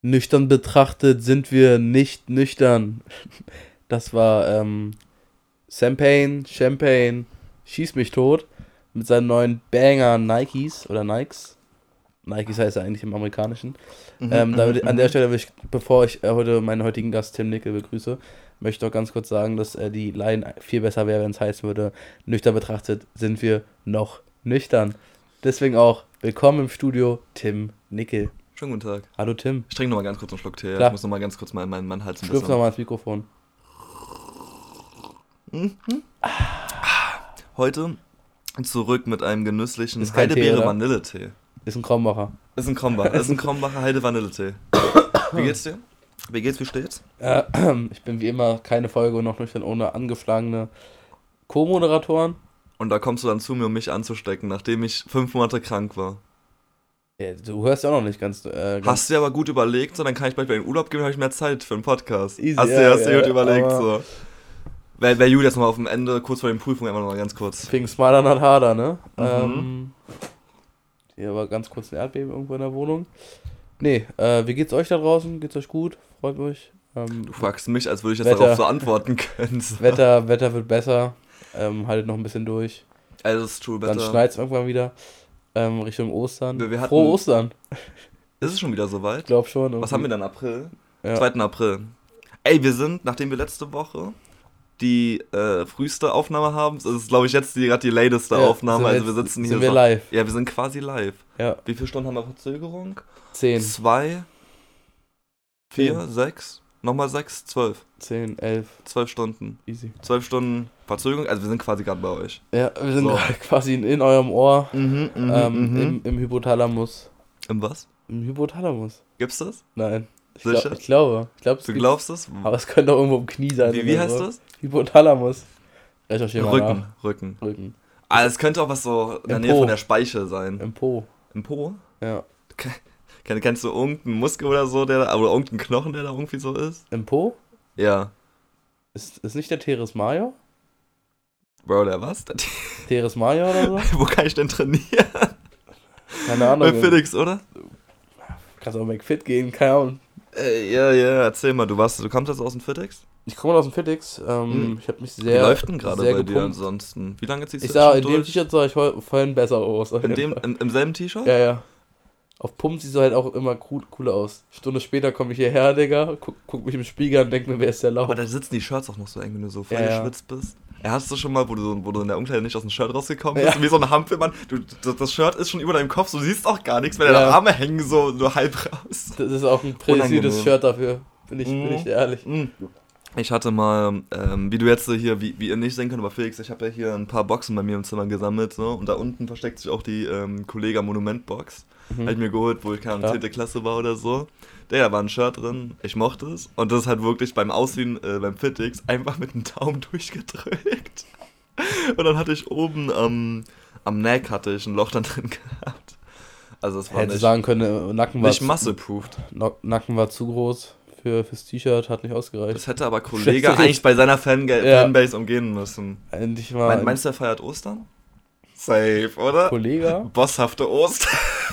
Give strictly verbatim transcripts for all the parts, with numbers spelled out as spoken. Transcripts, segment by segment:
Nüchtern betrachtet sind wir nicht nüchtern. Das war ähm, Champagne, Champagne, Schieß mich tot mit seinen neuen Banger Nikes oder Nikes. Nikes heißt er eigentlich im Amerikanischen. Mhm, ähm, da, mhm, an der mhm. Stelle, will ich, bevor ich äh, heute meinen heutigen Gast Tim Nickel begrüße, möchte ich noch ganz kurz sagen, dass äh, die Line viel besser wäre, wenn es heißen würde, nüchtern betrachtet sind wir noch nüchtern. Deswegen auch willkommen im Studio, Tim Nickel. Schönen guten Tag. Hallo Tim. Ich trinke nochmal ganz kurz einen Schluck Tee. Klar. Ich muss nochmal ganz kurz meinen mein, mein Hals ein Schlürf bisschen... nochmal ins Mikrofon. Mhm. Heute zurück mit einem genüsslichen Ist kein Tee, Heidelbeere oder? Vanilletee. Ist ein Krombacher. Ist ein Krombacher. Ist ein Krombacher Heide-Vanilletee. Wie geht's dir? Wie geht's, wie steht's? Äh, ich bin wie immer keine Folge noch nüchtern ohne angeschlagene Co-Moderatoren. Und da kommst du dann zu mir, um mich anzustecken, nachdem ich fünf Monate krank war. Ja, du hörst ja auch noch nicht ganz... Äh, ganz Hast du dir aber gut überlegt, so dann kann ich bald wieder in den Urlaub gehen, habe ich mehr Zeit für einen Podcast. Easy, hast du ja, dir hast dir ja, gut überlegt, aber- so. Wäre wär Julius nochmal auf dem Ende, kurz vor den Prüfungen, immer nochmal ganz kurz. Fing smarter, not harder, ne? Mhm. Ähm, hier war ganz kurz ein Erdbeben irgendwo in der Wohnung. Nee, äh, wie geht's euch da draußen? Geht's euch gut? Freut euch? Ähm, Du fragst mich, als würde ich jetzt Wetter. darauf so antworten können. So. Wetter, Wetter wird besser. Ähm, haltet noch ein bisschen durch. Also, es ist true, Dann Wetter. schneit's irgendwann wieder. Ähm, Richtung Ostern. Wir- wir hatten- Frohe Ostern. Ist es schon wieder Ich soweit? glaube schon. Was haben wir dann? April? Ja. zweiten April. Ey, wir sind, nachdem wir letzte Woche die äh, früheste Aufnahme haben, das ist, glaube ich, jetzt die, gerade die lateste Ja, Aufnahme, sind also jetzt- wir sitzen hier sind wir so. live. Ja, wir sind quasi live. Ja, Wie viele Stunden haben wir Verzögerung? zehn, Zwei, vier, Zehn. sechs, nochmal sechs, zwölf. zehn, elf, Zwölf Stunden. easy. Zwölf Stunden Verzögerung, also wir sind quasi gerade bei euch. Ja, wir sind So. gerade quasi in, in eurem Ohr. Mhm, ähm, im, Im Hypothalamus. Im was? Im Hypothalamus? Gibt's das? Nein. Ich, Sicher? glaub, ich glaube. Ich glaube, es Du gibt's. glaubst das? Aber es könnte auch irgendwo im Knie sein. Wie, wie oder heißt so. das? Hypothalamus. Recherchiere mal Rücken, nach. Rücken. Rücken. Ah, es könnte auch was so in der Im Nähe Po. von der Speiche sein. Im Po. Im Po? Ja. Kenn, kennst du irgendeinen Muskel oder so, der da, oder irgendeinen Knochen, der da irgendwie so ist? Im Po? Ja. Ist, ist nicht der Teres Major? Bro, der was? Der, Teres Major oder so? wo kann ich denn trainieren? Keine Ahnung. Bei Felix, oder? Kannst auch McFit gehen, keine Ahnung. Äh, ja, ja, erzähl mal, du warst, du kommst jetzt aus dem Fitix? Ich komme aus dem Fitix. Ähm, Hm. Ich habe mich Wie sehr. läuft denn gerade sehr bei dir gepumpt. ansonsten? Wie lange ziehst du Ich jetzt sah, schon in dem durch? T-Shirt sah ich voll- vorhin besser aus. auf In jeden dem, Fall. im, im selben T-Shirt? Ja, ja. Auf Pump siehst du halt auch immer cool, cool aus. Stunde später komme ich hierher, Digga, guck, guck mich im Spiegel an und denk mir, wer ist der Lauch? Aber da sitzen die Shirts auch noch so eng, wenn du so voll Ja, ja. geschwitzt bist. Ja, hast du schon mal, wo du, so- wo du in der Umkleide nicht aus dem Shirt rausgekommen bist? Ja. Wie so ein Hampelmann. Du, das, das Shirt ist schon über deinem Kopf, du siehst auch gar nichts, weil Ja. deine Arme hängen so nur halb raus. Das ist auch ein prädestiertes Unangenehm. Shirt dafür, bin ich, bin Mhm. ich ehrlich. Mm. Ich hatte mal, ähm, wie du jetzt so hier, wie, wie ihr nicht sehen könnt, aber Felix, ich habe ja hier ein paar Boxen bei mir im Zimmer gesammelt, so, und da unten versteckt sich auch die ähm, Kollega Monument Box. Mhm. Hab ich mir geholt, wo ich keine Ahnung, Ja. zehnte Klasse war oder so. Da war ein Shirt drin, ich mochte es. Und das ist halt wirklich beim Ausziehen, äh, beim Fitix, einfach mit dem Daumen durchgedrückt. Und dann hatte ich oben am, am Neck hatte ich ein Loch dann drin gehabt. Also es war Hätte nicht, sagen können, äh, Nacken war, nicht zu, muscle-proofed. No- Nacken war zu groß für, fürs T-Shirt, hat nicht ausgereicht. Das hätte aber Kollege Schlechte eigentlich bei seiner Fange- Ja. Fanbase umgehen müssen. Endlich mal Mein, ein meinst du, er feiert Ostern? Safe, oder? Kollege. Bosshafte Ostern.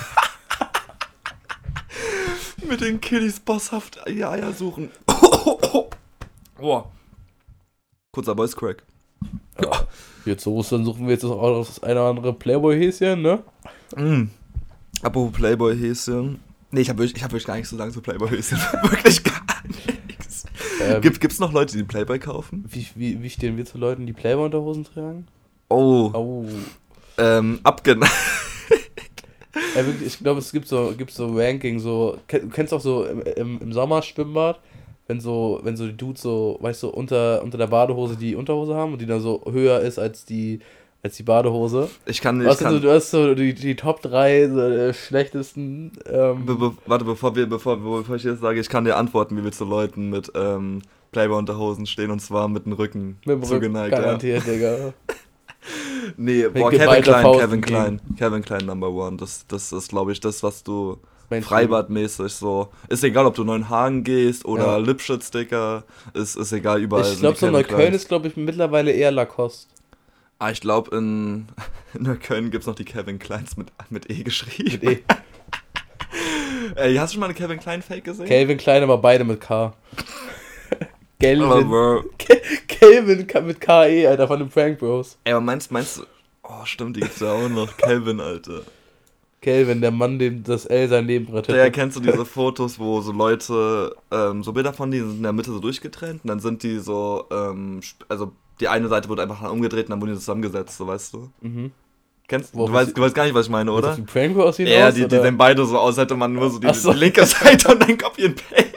Mit den Kiddies bosshaft die Eier suchen. Boah. Kurzer Voice Crack. Ja. Jetzt zu Ostern suchen wir jetzt auch das eine oder andere Playboy-Häschen, ne? Mm. Apropos Playboy-Häschen. Nee, ich habe wirklich, ich hab wirklich gar nicht so lange zu Playboy-Häschen. Wirklich gar nichts. Ähm, Gibt, gibt's noch Leute, die Playboy kaufen? wie, wie, wie stehen wir zu Leuten, die Playboy-Unterhosen tragen? Oh, Oh. ähm, abgeneigt. Ja, wirklich, ich glaube, es gibt so, gibt so Ranking, so, kenn- du kennst auch so im, im, im Sommerschwimmbad, wenn so, wenn so die Dudes so, weißt du, unter, unter der Badehose die Unterhose haben und die dann so höher ist als die, als die Badehose. Ich kann nicht. Weißt Ich du, kann, du hast so die, die Top drei so, äh, schlechtesten, ähm, be, be, warte, bevor, wir, bevor, bevor ich jetzt sage, ich kann dir antworten, wie wir zu Leuten mit ähm, Playboy-Unterhosen stehen, und zwar mit dem Rücken mit dem Rücken zugeneigt. Ja. garantiert, Digga. Nee, Mit boah, Kevin geballter Klein, Faust Kevin entgegen. Klein, Kevin Klein Number One. Das, das ist, glaube ich, das, was du Mainstream. freibadmäßig so. Ist egal, ob du Neuenhagen gehst oder Ja. Lipschitz-Sticker. Ist, ist egal, überall. Ich sind glaube, die so Kevin Neukölln Kleins. ist, glaube ich, mittlerweile eher Lacoste. Ah, ich glaube, in, in Neukölln gibt es noch die Kevin Kleins mit, mit E geschrieben. Mit E. Ey, hast du schon mal eine Calvin Klein Fake gesehen? Calvin Klein, aber beide mit K. Calvin. Aber, Calvin mit K E, Alter, von den Prank Bros. ey, aber meinst, meinst du... Oh, stimmt, die gibt's ja auch noch. Calvin, Alter. Calvin, der Mann, dem das L sein Leben rettet. Ja, kennst du diese Fotos, wo so Leute, ähm, so Bilder von denen sind in der Mitte so durchtrennt und dann sind die so, ähm, sp- also die eine Seite wird einfach umgedreht und dann wurden die zusammengesetzt, so weißt du? Mhm. Kennst Wo du? Weißt, du weißt gar nicht, was ich meine, oder? Die Prank Bros aussehen Ja, aus, die, die oder? sehen beide so aus, hätte man nur so die, Ach so. die linke Seite und dann Copy and Paste.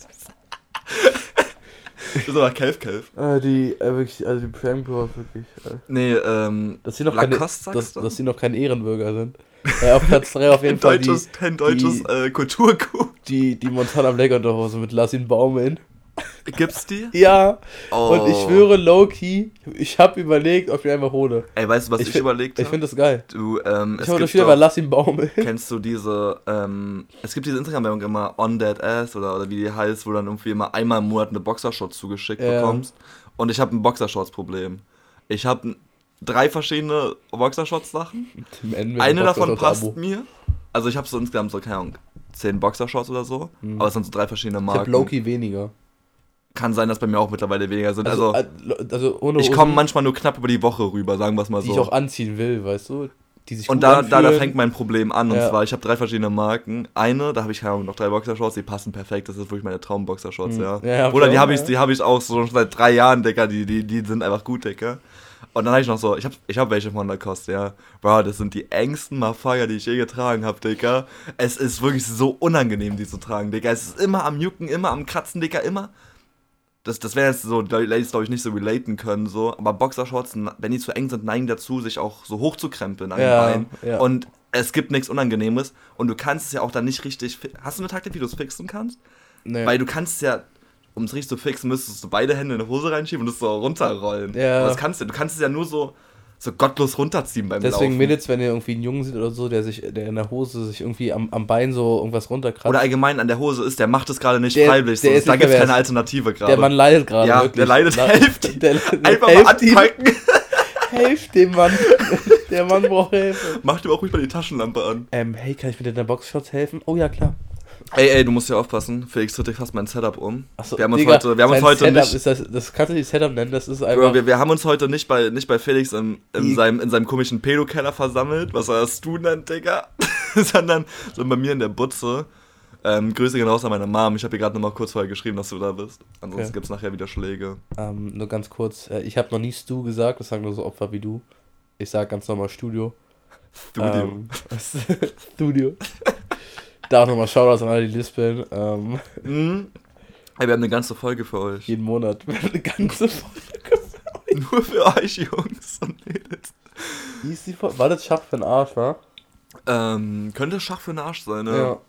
Das ist aber Kelf Kelf. Ah, die, äh, wirklich, also die Prank Bros, wirklich. Äh, Nee, ähm, dass sie noch keine, Lacoste, sagst dass, du? dass sie noch kein Ehrenbürger sind. Äh, auf Platz drei auf jeden Ein Fall deutsches, die, ein deutsches die- äh, Kulturgut. die, die Montana Black Unterhose mit Lass ihn baumeln. Gibt's die? Ja, Oh. und ich schwöre, low-key, ich hab überlegt, ob ich einfach hole. Ey, weißt du, was ich, Ich find- überlegt Ich habe? finde das geil. Du, ähm, Ich es habe gibt das wieder doch- bei Lass ihn baumeln. Kennst du diese, ähm, es gibt diese Instagram-Werbung immer On That Ass oder, oder wie die heißt, wo du dann irgendwie immer einmal im Monat eine Boxershorts zugeschickt Ja. bekommst. Und ich habe ein Boxershorts-Problem. Ich habe drei verschiedene Boxershorts-Sachen. Im Ende Eine mit davon Boxershorts passt Abo. mir. Also ich habe so insgesamt so, keine Ahnung, zehn Boxershorts oder so. Mhm. Aber es sind so drei verschiedene Ich hab Marken. low-key weniger. Kann sein, dass bei mir auch mittlerweile weniger sind. Also, Also, äh, also ohne ich Hosen, komme manchmal nur knapp über die Woche rüber, sagen wir es mal die so. ich auch anziehen will, weißt du? Die sich Und gut da, da, da anfühlen. fängt mein Problem an. Und Ja. zwar, ich habe drei verschiedene Marken. Eine, da habe ich keine Ahnung, noch drei Boxershorts, die passen perfekt. Das ist wirklich meine Traum-Boxershorts, Mhm. ja. Ja, hab Oder ich die auch, habe ich, ja. die hab ich auch so schon seit drei Jahren, Digga. Die, die, die sind einfach gut, Digga. Und dann habe ich noch so, ich habe ich hab welche von Lacoste, ja. Bro, das sind die engsten Mafaya, die ich je getragen habe, Digga. Es ist wirklich so unangenehm, die zu tragen, Digga. Es ist immer am Jucken, immer am Kratzen, Digga, immer. Das, das werden jetzt so die Ladies, glaube ich, nicht so relaten können, so. Aber Boxershorts, wenn die zu eng sind, neigen dazu, sich auch so hochzukrempeln an Ja, den Beinen. ja. Und es gibt nichts Unangenehmes. Und du kannst es ja auch dann nicht richtig... fi- Hast du eine Taktik, wie du es fixen kannst? Nee. Weil du kannst es ja, um es richtig zu fixen, müsstest du beide Hände in die Hose reinschieben und es so runterrollen. Ja. Aber das kannst du, du kannst es ja nur so, so gottlos runterziehen beim Deswegen Laufen. Mädels, wenn ihr irgendwie einen Jungen seht oder so, der sich, der in der Hose sich irgendwie am, am Bein so irgendwas runterkratzt. Oder allgemein an der Hose ist, der macht es gerade nicht Der- freiwillig. der So, ist da nicht gibt es keine pervers. Alternative gerade. der Mann leidet gerade, Ja, wirklich. der leidet, Na- helft. Der, der, Einfach mal helft ihm, anpacken. helft dem Mann. Der Mann braucht Hilfe. Mach dir auch ruhig mal die Taschenlampe an. Ähm, hey, kann ich mit deiner Boxshorts helfen? Oh ja, klar. Ey, ey, du musst ja aufpassen. Felix tritt dir fast mein Setup um. Achso, Wir haben uns Digga, heute, wir haben uns sein heute Setup nicht... Ist das, das kannst du nicht Setup nennen, das ist Bro, einfach... wir, wir haben uns heute nicht bei, nicht bei Felix im, in, Die- seinem, in seinem komischen Pedo-Keller versammelt, was er das du nennt, Digga, sondern so bei mir in der Butze. Ähm, Grüße gehen raus an meine Mom. Ich habe ihr gerade nochmal kurz vorher geschrieben, dass du da bist. Ansonsten Okay. gibt's nachher wieder Schläge. Ähm, nur ganz kurz, äh, ich habe noch nie Stu gesagt, das sagen nur so Opfer wie du. Ich sag ganz normal Studio. Studio. Ähm, Studio. Da auch nochmal Shoutouts an alle, die lispeln. Ähm, Mhm. Ey, wir haben eine ganze Folge für euch. jeden Monat. Wir haben eine ganze Folge. Nur für euch, Jungs und Mädels. Wie ist die Folge? War das Schach für den Arsch, wa? Ähm, könnte Schach für den Arsch sein, ne? Ja.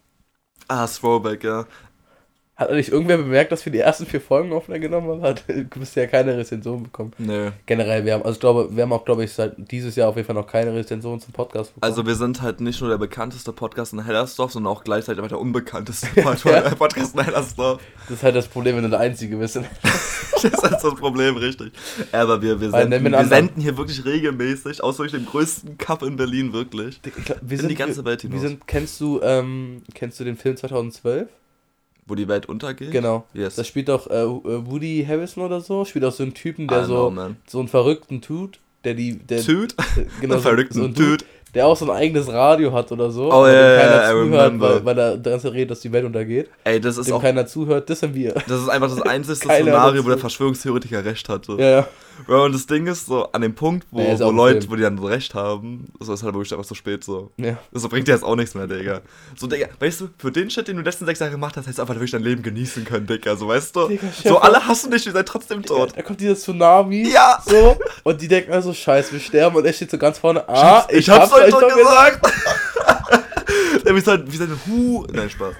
Ah, Throwback, ja. Hat eigentlich irgendwer bemerkt, dass wir die ersten vier Folgen aufgenommen haben? Hat bisher keine Rezension bekommen. Nö. Generell, wir haben, also ich glaube, wir haben auch, glaube ich, seit dieses Jahr auf jeden Fall noch keine Rezension zum Podcast bekommen. Also wir sind halt nicht nur der bekannteste Podcast in Hellersdorf, sondern auch gleichzeitig einfach der unbekannteste Pod- Podcast in Hellersdorf. das ist halt das Problem, wenn du der Einzige bist. Das ist halt so das Problem, richtig. Aber wir, wir, Weil, senden, nenn mir einen wir anderen. senden hier wirklich regelmäßig, aus wirklich dem größten Cup in Berlin, wirklich. Ich glaub, wir In die ganze Welt wir hinaus. sind, kennst du, ähm, kennst du den Film zweitausendzwölf? Wo die Welt untergeht? Genau. Yes. Da spielt doch äh, Woody Harrison oder so, spielt auch so einen Typen, I der know, so, man. so einen verrückten Tut, der die, der, Dude? äh, genau, so, Verrückten so ein Dude, Dude. der auch so ein eigenes Radio hat oder so, Oh, aber ja, dem ja, keiner I zuhört, remember. weil, weil er die ganze Zeit redet, dass die Welt untergeht. Ey, das ist Dem auch, keiner zuhört, das sind wir. das ist einfach das einzige Keiner Szenario, dazu. wo der Verschwörungstheoretiker recht hatte. Ja, ja. Bro, und das Ding ist so, an dem Punkt, wo, Ja, ist wo auch ein Leute, Film. wo die dann so recht haben, so ist halt wirklich einfach so spät so. ja. Das bringt dir jetzt auch nichts mehr, Digga. So, Digga, weißt du, für den Shit, den du die letzten sechs Jahre gemacht hast, hättest du einfach wirklich dein Leben genießen können, Digga. So, weißt du? Digga, so, Chef, alle hassen dich, wir sind trotzdem tot. Da kommt dieser Tsunami, Ja! so, und die denken also, scheiße, wir sterben, und er steht so ganz vorne, ah, ich, hab's euch doch gesagt! Ja, wie sein, wie seine Hu. Nein, Spaß.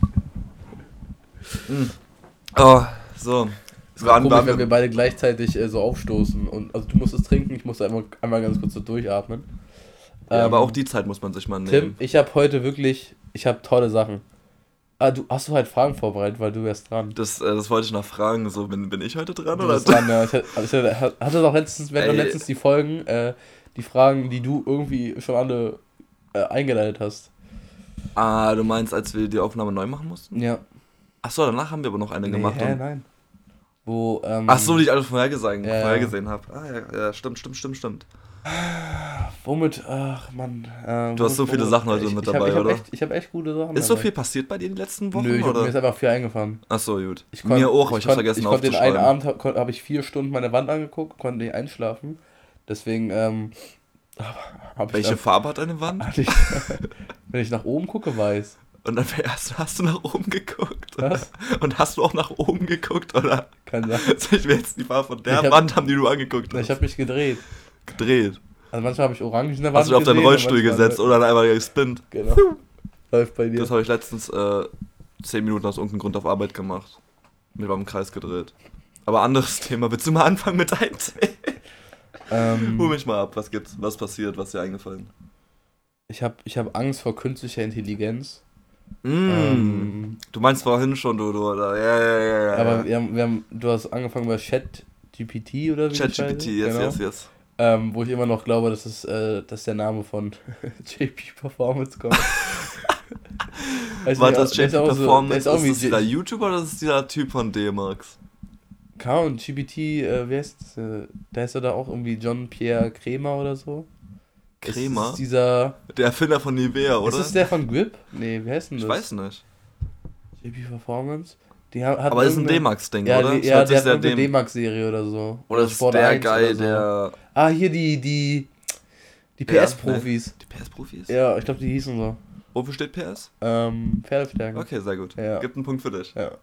Mm. Oh, so. Es war Waren- komisch, waren wenn wir- wir beide gleichzeitig äh, so aufstoßen. Und, also du musst es trinken, ich muss einmal, einmal ganz kurz so durchatmen. Ja, Ähm, aber auch die Zeit muss man sich mal Tim, nehmen. ich habe heute wirklich, ich habe tolle Sachen. Ah, du, hast du halt Fragen vorbereitet, weil du wärst dran. Das, äh, das wollte ich noch fragen. So, bin, bin ich heute dran Du oder? bist dran, ja. Ich hatte, also ich hatte hatte doch letztens, wir hatten doch Ey. letztens die Folgen, äh, die Fragen, die du irgendwie schon alle äh, eingeleitet hast. Ah, du meinst, als wir die Aufnahme neu machen mussten? Ja. Achso, danach haben wir aber noch eine Nee, gemacht. hä, Und nein. Wo, ähm... Ach so, die ich alle vorhergesehen, Ja, vorhergesehen habe. Ah, ja, ja, stimmt, stimmt, stimmt, stimmt. Womit, ach Mann. Äh, Du hast so womit- viele womit- Sachen heute ich, mit ich hab, dabei, ich hab oder? Echt, ich habe echt gute Sachen Ist so dabei. viel passiert bei dir in den letzten Wochen? Nö, ich hab, oder? mir ist einfach viel eingefahren. Ach so, gut. Ich konnt, Mir auch, aber ich, ich hab's konnt, vergessen ich konnte den einen aufzuschreiben. Abend, habe hab ich vier Stunden meine Wand angeguckt, konnte nicht einschlafen. Deswegen, ähm, habe ich, Welche dann, Farbe hat deine Wand? hatte ich wenn ich nach oben gucke, weiß. Und dann hast, hast du nach oben geguckt? Was? Und hast du auch nach oben geguckt, oder? Kann sein. Soll ich mir jetzt die Farbe von der Ich hab- Wand haben, die du angeguckt hast? Ich habe mich gedreht. gedreht. Also manchmal habe ich orange in der Wand Hast du auf deinen gesehen und Rollstuhl manchmal- gesetzt oder dann einmal gespinnt? Genau. Läuft bei dir. Das habe ich letztens äh, zehn Minuten aus irgendeinem Grund auf Arbeit gemacht. Mir war im Kreis gedreht. Aber anderes Thema. Willst du mal anfangen mit deinem Thema? Ähm, Hol mich mal ab. Was gibt's? Was passiert? Was ist dir eingefallen? ich habe ich hab Angst vor künstlicher Intelligenz. Mm. Ähm, Du meinst vorhin schon, du, du, oder? Ja, ja, ja, ja. aber wir haben, wir haben, du hast angefangen bei ChatGPT oder wie die ChatGPT, Scheiße? yes, Genau. yes, yes. Ähm, wo ich immer noch glaube, dass, es, äh, dass der Name von J P Performance kommt. Weiß War nicht, das der J P ist auch so- der Performance? ist auch Ist wie das dieser J- YouTuber oder ist das dieser Typ von D-Max? Kaum, G P T, äh, wer ist das? Äh, der ist ja da auch irgendwie John-Pierre Kremer oder so. Kremer? Ist es dieser. Der Erfinder von Nivea, oder? Ist es der von Grip? Nee, wie heißt denn das? Ich weiß nicht. J P Performance? Die hat, hat Aber ist ein irgendeine- D-Max-Ding, Ja, oder? die, Das ja hört sich der hat sehr irgendeine dem- D-Max-Serie oder so. Oder ist Sport der eins Guy, oder so. der... Ah, hier die, die, die P S-Profis. Die P S-Profis? Ja, ich glaube, die hießen so. Wofür steht P S? Ähm, Pferdestärken. Okay, sehr gut. Ja. Gibt einen Punkt für dich. Ja.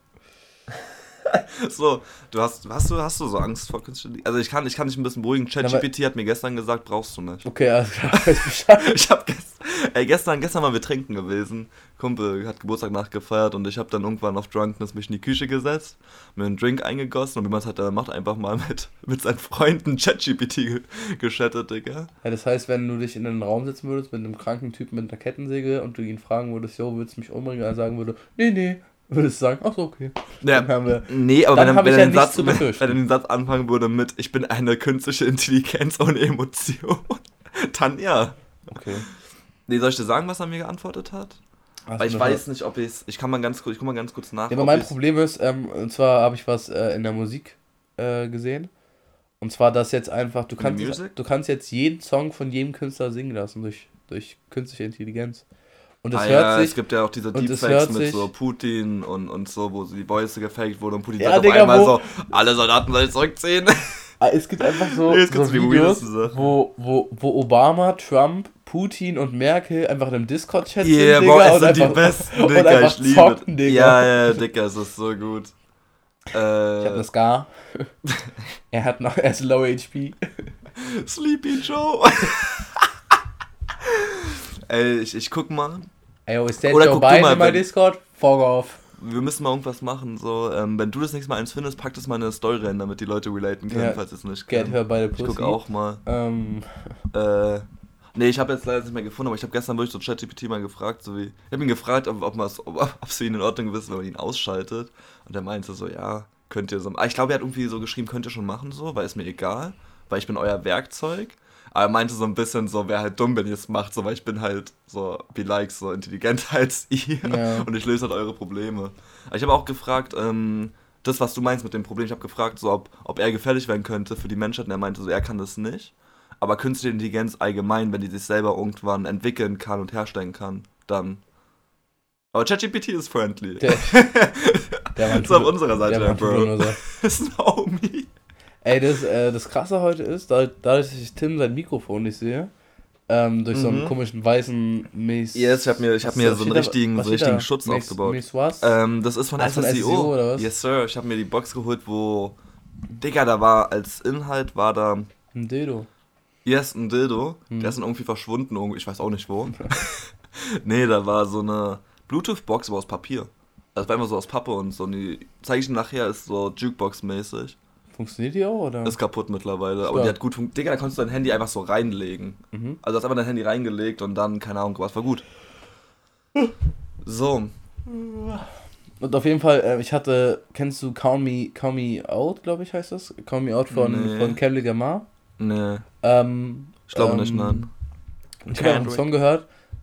So, du hast, hast du, hast du so Angst vor künstlicher Intelligenz? Also ich kann, ich kann dich ein bisschen beruhigen. ChatGPT hat mir gestern gesagt, brauchst du nicht. Okay, alles klar, weiß Bescheid. Ich hab gestern, ey, gestern, gestern waren wir trinken gewesen. Kumpel hat Geburtstag nachgefeiert und ich habe dann irgendwann auf Drunkenness mich in die Küche gesetzt, mir einen Drink eingegossen und wie man es halt dann macht, einfach mal mit, mit seinen Freunden ChatGPT ge- geschattet, Digga. Ja, das heißt, wenn du dich in einen Raum setzen würdest mit einem kranken Typen mit einer Kettensäge und du ihn fragen würdest, yo, willst du mich umbringen? Und er sagen würde, nee, nee, würdest du sagen, ach so, okay. Ja, Dann haben wir, nee, aber Dann wenn, er- hab wenn, ich er ja den nichts Satz, zu wenn, befürchten. wenn er den Satz anfangen würde mit, ich bin eine künstliche Intelligenz ohne Emotion, dann ja. okay. Nee, soll ich dir sagen, was er mir geantwortet hat? Hast Weil du ich noch weiß was? nicht, ob ich ich kann mal ganz kurz, ich guck mal ganz kurz nach. Ja, aber ob mein ich's- Problem ist, ähm, und zwar habe ich was äh, in der Musik äh, gesehen. Und zwar, dass jetzt einfach, du In kannst, Music? du kannst jetzt jeden Song von jedem Künstler singen lassen durch, durch künstliche Intelligenz. Und es ah, hört ja, sich, es gibt ja auch diese und es Deepfakes hört mit sich- so Putin und, und so, wo die Voice gefaked wurde und Putin Ja, sagt Digga, auf einmal wo- so, alle Soldaten sollen zurückziehen. Ah, es gibt einfach so, Nee, es gibt so so die Videos, weirdesten Sachen. wo, wo, wo Obama, Trump, Putin und Merkel einfach in einem Discord-Chat Yeah, sind, boah, Digga, es und sind die einfach, besten, und Digga, einfach ich liebe zocken, Digga. Ja, ja, Digga, es ist so gut. Ich hab Äh, eine Scar. er hat noch, er ist Low H P. Sleepy Joe. Ey, ich, ich guck mal. Ey, yo, ist der Oder Joe guck du Biden mal, in meinem wenn- Discord? Fuck off. Wir müssen mal irgendwas machen, so, ähm, wenn du das nächste Mal eins findest, pack das mal in eine Story rein, damit die Leute relaten können, Ja, falls es nicht Get können. her by the Ich pussy. guck auch mal. Ähm, Äh, nee, ich habe jetzt leider nicht mehr gefunden, aber ich habe gestern wirklich so ChatGPT mal gefragt, so wie, ich habe ihn gefragt, ob, ob, man's- ob, ob sie ihn in Ordnung wissen, wenn man ihn ausschaltet. Und er meinte so, ja, könnt ihr so, ah, ich glaube, er hat irgendwie so geschrieben, könnt ihr schon machen, so, weil ist mir egal, weil ich bin euer Werkzeug. Aber er meinte so ein bisschen so, wäre halt dumm, wenn ihr es macht, so, weil ich bin halt so, wie like, so intelligenter als ihr Ja. und ich löse halt eure Probleme. Aber ich habe auch gefragt, ähm, das, was du meinst mit dem Problem, ich habe gefragt, so, ob, ob er gefährlich werden könnte für die Menschheit und er meinte so, er kann das nicht. Aber künstliche Intelligenz allgemein, wenn die sich selber irgendwann entwickeln kann und herstellen kann, dann. Aber ChatGPT ist friendly. der, der Mann ist auf tut- unserer Seite, der Mann tut Bro. nur so. ist ein Homie. Ey, das, äh, das Krasse heute ist, da- dadurch, dass ich Tim sein Mikrofon nicht sehe, ähm, durch so einen Mhm. komischen weißen Mes... Yes, ich habe mir, ich hab was- mir was so einen steht da- richtigen, was so steht richtigen da? Schutz Mes- aufgebaut. Mes was? Ähm, das ist von Ah, ist von S S I O. S S I O oder was? Yes, Sir. Ich habe mir die Box geholt, wo. Digga, da war als Inhalt war da. Ein Dildo. Yes, ein Dildo. Hm. Der ist dann irgendwie verschwunden, irgendwo, ich weiß auch nicht wo. Nee, da war so eine Bluetooth-Box, aber aus Papier. Das war immer so aus Pappe und so. Und die zeige ich dir nachher, ist so Jukebox-mäßig. Funktioniert die auch, oder? Ist kaputt mittlerweile, aber Stark. die hat gut funktioniert. Digga, da konntest du dein Handy einfach so reinlegen. Mhm. Also hast einfach dein Handy reingelegt und dann, keine Ahnung, was war gut. So. Und auf jeden Fall, äh, ich hatte, kennst du Count Me, Count Me Out, glaube ich, heißt das? Count Me Out von, Nee. von Kendrick Lamar. Nee. Ähm, Ich glaube ähm, nicht, nein. Ich habe einen Song gehört,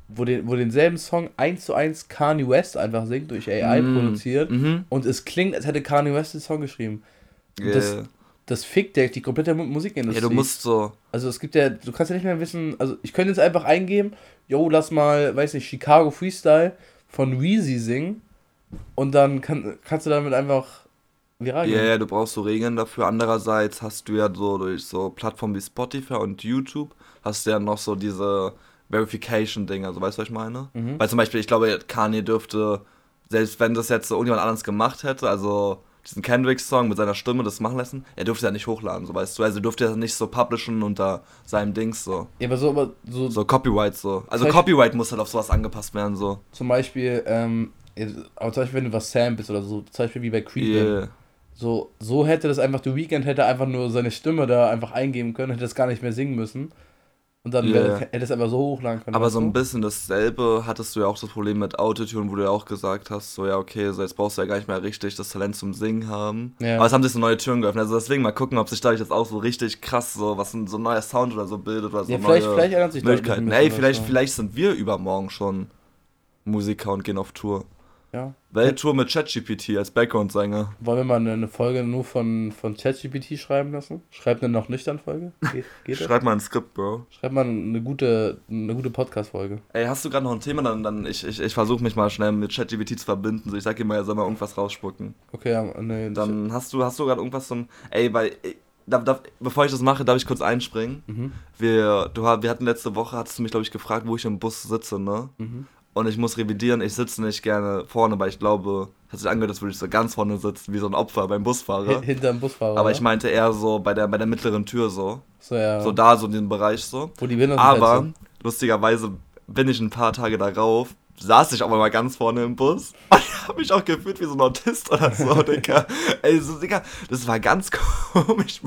wo, den, wo denselben Song eins zu eins Kanye West einfach singt, durch A I mm. produziert. Mm-hmm. Und es klingt, als hätte Kanye West den Song geschrieben. Yeah. Das, das fickt ja die komplette Musikindustrie. Ja, du musst so... Also es gibt ja, du kannst ja nicht mehr wissen, also ich könnte jetzt einfach eingeben, yo, lass mal, weiß nicht, Chicago Freestyle von Weezy singen und dann kann, kannst du damit einfach viral gehen. Ja, yeah, du brauchst so Regeln dafür. Andererseits hast du ja so durch so Plattformen wie Spotify und YouTube hast du ja noch so diese Verification-Dinger, also weißt du, was ich meine? Mhm. Weil zum Beispiel, ich glaube, Kanye dürfte, selbst wenn das jetzt so irgendjemand anderes gemacht hätte, also diesen Kendrick-Song mit seiner Stimme das machen lassen, er dürfte ja nicht hochladen, so weißt du, also er dürfte ja nicht so publishen unter seinem Dings so. Ja, aber so, aber so... So Copyright so. Also Copyright muss halt auf sowas angepasst werden, so. Zum Beispiel, ähm, aber zum Beispiel, wenn du was samples oder so, zum Beispiel wie bei Creepin'. Yeah. So, so hätte das einfach, The Weeknd hätte einfach nur seine Stimme da einfach eingeben können, hätte das gar nicht mehr singen müssen. Und dann yeah. hätte es einfach so hochladen können. Aber so ein bisschen dasselbe hattest du ja auch das Problem mit Autotune, wo du ja auch gesagt hast, so ja okay, so jetzt brauchst du ja gar nicht mehr richtig das Talent zum Singen haben. Ja. Aber es haben sich so neue Türen geöffnet. Also deswegen mal gucken, ob sich da jetzt auch so richtig krass so was ein, so ein neuer Sound oder so bildet oder so ja, vielleicht, neue vielleicht ändert sich Möglichkeiten. Ey, vielleicht, vielleicht sind wir übermorgen schon Musiker und gehen auf Tour. Ja. Welttour mit ChatGPT als Background-Sänger. Wollen wir mal eine, eine Folge nur von, von ChatGPT schreiben lassen? Schreib eine noch nüchtern Folge. Geht, geht Schreib mal ein Skript, Bro. Schreib mal eine gute, eine gute Podcast-Folge. Ey, hast du gerade noch ein Thema? Dann, dann ich, ich, ich versuche mich mal schnell mit ChatGPT zu verbinden. So, ich sag dir mal, er soll mal irgendwas rausspucken. Okay, ja, nee. Dann hast du, hast du gerade irgendwas zum... Ey, weil... Ey, darf, darf, bevor ich das mache, darf ich kurz einspringen. Mhm. Wir, du, wir hatten letzte Woche, hattest du mich, glaube ich, gefragt, wo ich im Bus sitze, ne? Mhm. Und ich muss revidieren, ich sitze nicht gerne vorne, weil ich glaube, hat sich angehört, als würde ich so ganz vorne sitzen, wie so ein Opfer beim Busfahrer. Hinterm Busfahrer. Aber ich meinte eher so bei der, bei der mittleren Tür so. So, ja. So da, so in dem Bereich so. Wo die Windows Aber sind. Lustigerweise bin ich ein paar Tage darauf, saß ich auch mal ganz vorne im Bus. Und ich habe mich auch gefühlt wie so ein Autist oder so, Digga. Ey, so, Digga, das war ganz komisch.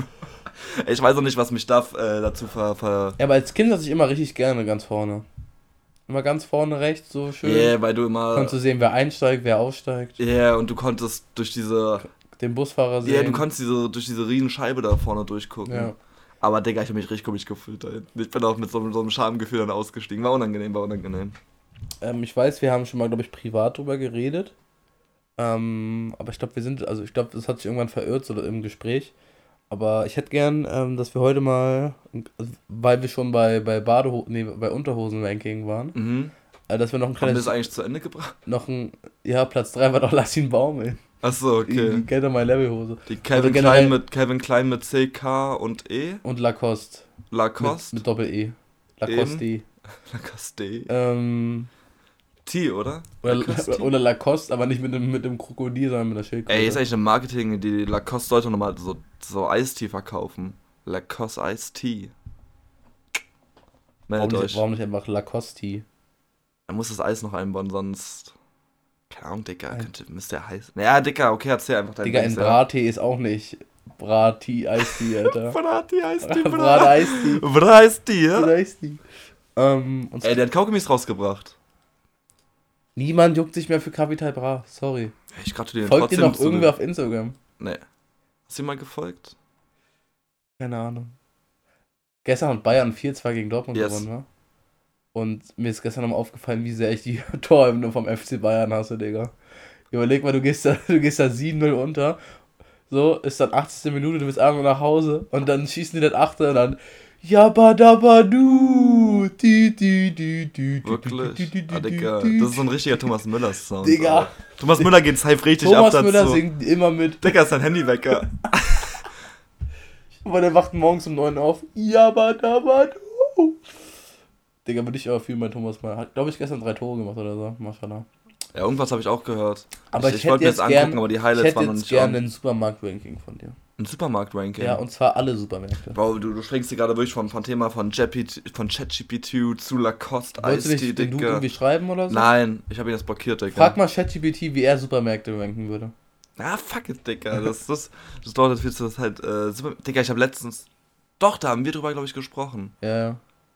Ich weiß auch nicht, was mich da äh, dazu ver, ver... Ja, aber als Kind saß ich immer richtig gerne ganz vorne. Immer ganz vorne rechts, so schön. Ja, yeah, weil du immer... Konntest du sehen, wer einsteigt, wer aussteigt. Ja, yeah, und du konntest durch diese... Den Busfahrer sehen. Ja, yeah, du konntest diese, durch diese Riesenscheibe da vorne durchgucken. Ja. Aber, Digga, ich habe mich richtig komisch gefühlt da hinten. Ich bin auch mit so, so einem Schamgefühl dann ausgestiegen. War unangenehm, war unangenehm. Ähm, ich weiß, wir haben schon mal, glaube ich, privat drüber geredet. Ähm, aber ich glaube, wir sind... Also, ich glaube, das hat sich irgendwann verirrt so im Gespräch. Aber ich hätte gern, ähm, dass wir heute mal, weil wir schon bei bei Badeho- nee, bei Unterhosen-Ranking waren, mhm. äh, dass wir noch ein kleines... Haben wir das eigentlich zu Ende gebracht? Noch ein, ja, Platz drei war doch Lass ihn baumeln. Achso, okay. Die Get on My Level Hose. Die Calvin, also Klein mit, Calvin Klein mit C, K und E. Und Lacoste. Lacoste. Mit, mit Doppel-E. Lacoste. Lacoste. Ähm... T, oder? Oder Lacoste. Oder Lacoste, aber nicht mit dem, mit dem Krokodil, sondern mit der Schildkröte. Ey, ist eigentlich eine Marketing, die Lacoste sollte nochmal so, so Eistee verkaufen. Lacoste Eistee. Meldet warum, euch. Warum nicht einfach Lacoste Tea? Er muss das Eis noch einbauen, sonst... Keine Ahnung, Dicker, könnte, müsste er heiß... Naja, Dicker, okay, erzähl einfach dein Digga, ein Brattee ist auch nicht Brattee Eistee, Alter. Brattee Eistee, Brat Eistee. Brat Eistee, ja? Brat Eistee. Ähm, Ey, der hat Kaugummis rausgebracht. Niemand juckt sich mehr für Capital Bra, sorry. Ich gratuliere dir trotzdem. Folgt dir noch irgendwer auf Instagram? Nee. Hast du ihm mal gefolgt? Keine Ahnung. Gestern hat Bayern vier zwei gegen Dortmund yes. gewonnen, wa? Und mir ist gestern nochmal aufgefallen, wie sehr ich die Torhymne vom F C Bayern hasse, Digga. Überleg mal, du gehst da, du gehst da sieben null unter, so, ist dann achtzigste Minute, du bist einfach nach Hause und dann schießen die das Achte und dann Jabba-dabba-du, di, di, di, di, wirklich? Ah, Digga, das ist so ein richtiger Thomas Müller-Sound. Digga. Alter. Thomas Müller geht safe richtig Thomas ab dazu. Thomas Müller singt immer mit. Digga, ist sein Handywecker. Aber der wacht morgens um neun auf. Jabba-dabba-du. Digga, würde ich aber viel mehr Thomas Müller. Hat, glaube ich, gestern drei Tore gemacht oder so. Maschallah. Ja, irgendwas habe ich auch gehört. Aber ich, ich, ich wollte mir jetzt angucken, gern, aber die Highlights waren noch nicht. Ich hätte jetzt gerne ein Supermarkt-Ranking von dir. Ein Supermarkt-Ranking? Ja, und zwar alle Supermärkte. Bro, du, du springst dir gerade wirklich vom, vom Thema von ChatGPT zu Lacoste, Wolltest du nicht den Dude irgendwie schreiben oder so? Nein, ich habe ihn jetzt blockiert, Digga. Frag mal ChatGPT, wie er Supermärkte ranken würde. Ah, fuck it, Digga. Das, das, das dauert viel zu das halt, äh, Super... Digga, ich habe letztens... Doch, da haben wir drüber, glaube ich, gesprochen. Ja, ja.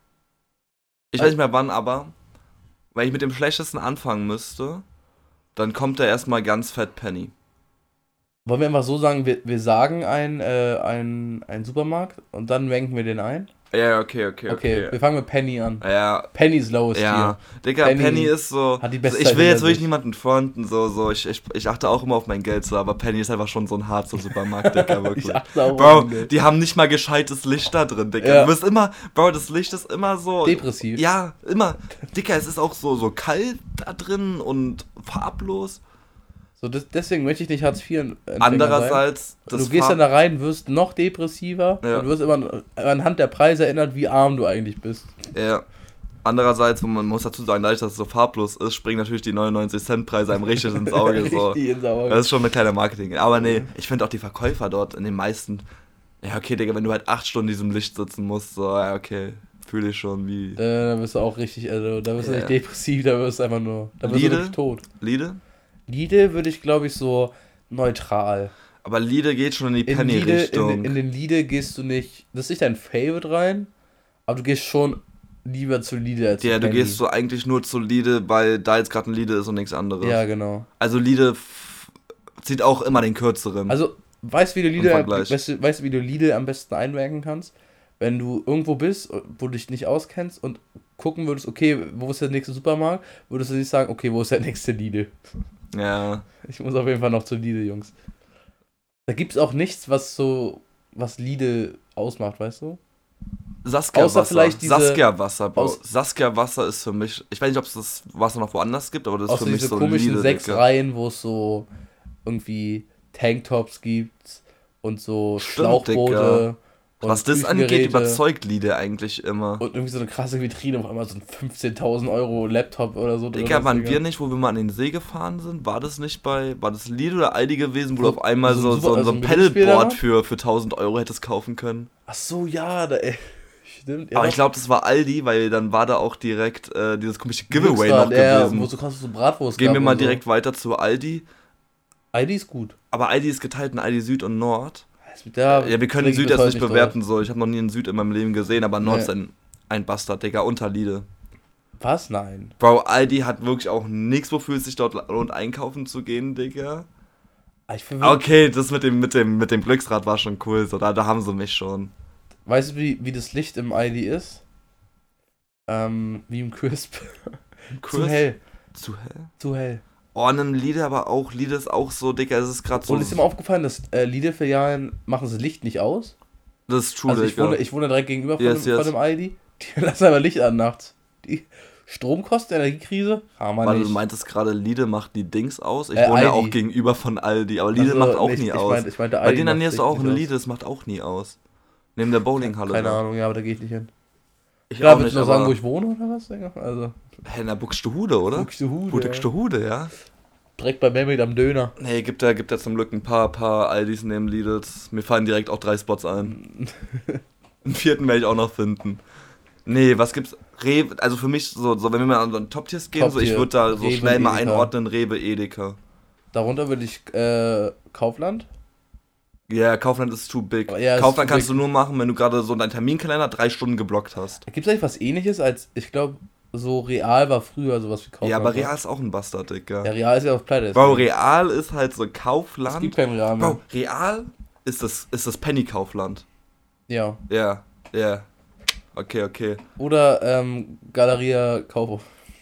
Ich weiß nicht mehr wann, aber wenn ich mit dem Schlechtesten anfangen müsste, dann kommt da erstmal ganz fett Penny. Wollen wir einfach so sagen, wir, wir sagen ein, äh, ein, ein Supermarkt und dann ranken wir den ein? Ja, okay, okay, okay. Okay, wir fangen mit Penny an. Ja. Penny's lowest Ja, Digga, Penny Penny ist so, hat die beste ich will Zeit jetzt hinter wirklich sich. niemanden fronten, so, so, ich, ich, ich achte auch immer auf mein Geld, so, aber Penny ist einfach schon so ein harzer Supermarkt, Digga, wirklich. Ich achte auch Bro, auf mein Geld. die haben nicht mal gescheites Licht da drin, Digga. Ja. Du bist immer, Bro, das Licht ist immer so... Depressiv. Ja, immer. Digga, es ist auch so, so kalt da drin und farblos. So, das, deswegen möchte ich nicht Hartz vier Empfänger Andererseits, sein. das Du gehst Farb- dann da rein, wirst noch depressiver Ja. und wirst immer anhand der Preise erinnert, wie arm du eigentlich bist. Ja. Andererseits, man muss dazu sagen, dadurch, dass es so farblos ist, springen natürlich die neunundneunzig Cent Preise einem richtig ins Auge. So. Richtig ins Auge. Das ist schon eine kleine Marketing. Aber nee, ich finde auch die Verkäufer dort in den meisten... Ja, okay, Digga, wenn du halt acht Stunden in diesem Licht sitzen musst, so, ja, okay, fühle ich schon wie... Da, da bist du auch richtig, also da bist du Ja. nicht depressiv, da wirst du einfach nur, da wirst Lidl? du wirklich tot. Lidl? Lidl würde ich, glaube ich, so neutral. Aber Lidl geht schon in die In, Lidl, in, Penny-Richtung. den- in den Lidl gehst du nicht, das ist nicht dein Favorite rein, aber du gehst schon lieber zu Lidl als Ja, zu du Penny. gehst so eigentlich nur zu Lidl, weil da jetzt gerade ein Lidl ist und nichts anderes. Ja, genau. Also Lidl f- zieht auch immer den kürzeren. Also, weißt du, wie du Im Lidl, Vergleich. weißt du, weißt du, wie du Lidl am besten einmerken kannst? Wenn du irgendwo bist, wo du dich nicht auskennst und gucken würdest, okay, wo ist der nächste Supermarkt, würdest du nicht sagen, okay, wo ist der nächste Lidl? Ja. Ich muss auf jeden Fall noch zu Lidl, Jungs. Da gibt's auch nichts, was so, was Lidl ausmacht, weißt du? Saskia Außer Wasser. vielleicht diese- Saskia Wasser, Bro. aus- Saskia Wasser ist für mich, ich weiß nicht, ob es das Wasser noch woanders gibt, aber das ist Außer für mich diese so komischen Lidl, sechs Digga. Reihen, wo es so irgendwie Tanktops gibt und so Stimmt, Schlauchboote. Digga. Und Was das angeht, Küchengeräte. überzeugt Lidl eigentlich immer. Und irgendwie so eine krasse Vitrine, auf einmal so ein fünfzehntausend Euro Laptop oder so. Digga, drin waren ist, wir nicht, wo wir mal an den See gefahren sind? War das nicht bei, war das Lidl oder Aldi gewesen, wo du So- auf einmal so so, ein so, Super- so so ein ein Gewinnspiel Pedalboard da? für, für tausend Euro hättest kaufen können? Ach so, ja, da, ey. Stimmt. Ja, Aber doch. ich glaube, das war Aldi, weil dann war da auch direkt äh, dieses komische Giveaway Glücksrad, noch ja, gewesen. wo so kannst du so Bratwurst Gehen wir gab mal und so. direkt weiter zu Aldi. Aldi ist gut. Aber Aldi ist geteilt in Aldi Süd und Nord. Da Ja, wir können blick ich Süd bis jetzt heute nicht durch. bewerten, so. Ich habe noch nie einen Süd in meinem Leben gesehen, aber Nord Nee. ist ein, ein Bastard, Digga, unter Lidl. Was? Nein. Bro, Aldi hat wirklich auch nichts, wofür es sich dort lohnt, einkaufen zu gehen, Digga. Ah, Ich find, Okay, das mit dem, mit dem, mit dem Glücksrad war schon cool, so, da, da haben sie mich schon. Weißt du, wie, wie das Licht im Aldi ist? Ähm, wie im Crisp. Zu Kurs- hell. Zu hell? Zu hell. Oh, in einem Lidl, aber auch Lidl ist auch so, Digga, es ist gerade so. Und ist dir mal aufgefallen, dass äh, Lidl-Filialen machen das Licht nicht aus? Das ist true, Also ich Digga. wohne, ich wohne direkt gegenüber von, Yes, dem, yes. von dem Aldi. Die lassen einfach Licht an nachts. Die Stromkosten, Energiekrise? Haben wir Warte, nicht. du meintest gerade, Lidl macht die Dings aus. Ich Äh, wohne ja Aldi. auch gegenüber von Aldi, aber Lidl Also, macht auch nicht- nie ich aus. meinte- ich meinte, Bei Aldi denen macht ist Licht auch nicht ein aus. Lidl, das macht auch nie aus. Neben der Bowlinghalle. Keine da. Ahnung, ja, aber da gehe ich nicht hin. Ich Klar, auch willst nicht, du noch sagen, aber... wo ich wohne oder was, Digga? Also, Hä, in der Buxtehude, oder? Buxtehude, Buxtehude, ja. direkt bei Mehmet am Döner. Nee, gibt da, gibt da zum Glück ein paar, paar Aldis neben Lidls. Mir fallen direkt auch drei Spots ein. Einen vierten werde ich auch noch finden. Nee, was gibt's? Rewe, also für mich, so, so wenn wir mal an so einen Top-Tiers gehen, so, ich Top-Tier, würde da so Rewe, schnell mal Edeka. einordnen, Rewe, Edeka. Darunter würde ich äh, Kaufland. Ja, yeah, Kaufland ist too big. Oh, ja, ist Kaufland too kannst big. du nur machen, wenn du gerade so deinen Terminkalender drei Stunden geblockt hast. Gibt es eigentlich was ähnliches als, ich glaube, so Real war früher sowas wie Kaufland. ja, aber war. Real ist auch ein Bastard, Digga. Ja, Real ist ja auf Pleite. Bro, deswegen. Real ist halt so Es Kaufland. gibt kein Real mehr. Bro, Real ist das, ist das Penny-Kaufland. Ja. Ja, ja. Okay, okay. Oder ähm, Galeria Kaufhof.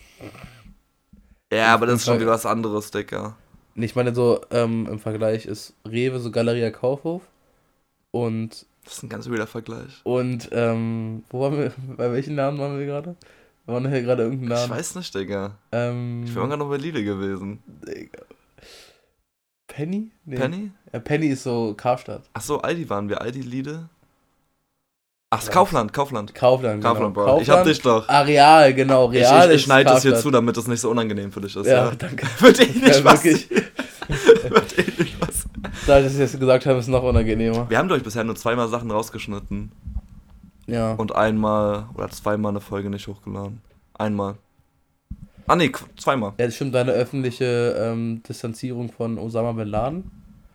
Ja, aber das ist schon Fall- wieder was anderes, Digga. Nee, ich meine so, ähm, im Vergleich ist Rewe so Galeria Kaufhof und, Das ist ein ganz wilder Vergleich. und, ähm, wo waren wir, bei welchen Namen waren wir gerade? Wir waren hier gerade irgendeinen Ich Namen. weiß nicht, Digga. Ähm, Ich bin gerade noch bei Lidl gewesen. Digga. Penny? Nee. Penny? Ja, Penny ist so Karstadt. Achso, Aldi waren wir. Aldi, Lidl? Ach, Ja. Kaufland, Kaufland. Kaufland, Kaufland, genau. Bro. Ich hab dich doch. Areal, genau. Ich, Real ich, ich ist schneide das hier Karstadt. zu, damit das nicht so unangenehm für dich ist. Ja, Ja, danke. Wird eh nicht Ja, was. wirklich. Wird eh nicht was. Da, dass ich das gesagt habe, ist noch unangenehmer. Wir haben, glaube ich, bisher nur zweimal Sachen rausgeschnitten. Ja. Und einmal oder zweimal eine Folge nicht hochgeladen. Einmal. Ah, nee, qu- zweimal. Ja, das stimmt, deine öffentliche ähm, Distanzierung von Osama Bin Laden.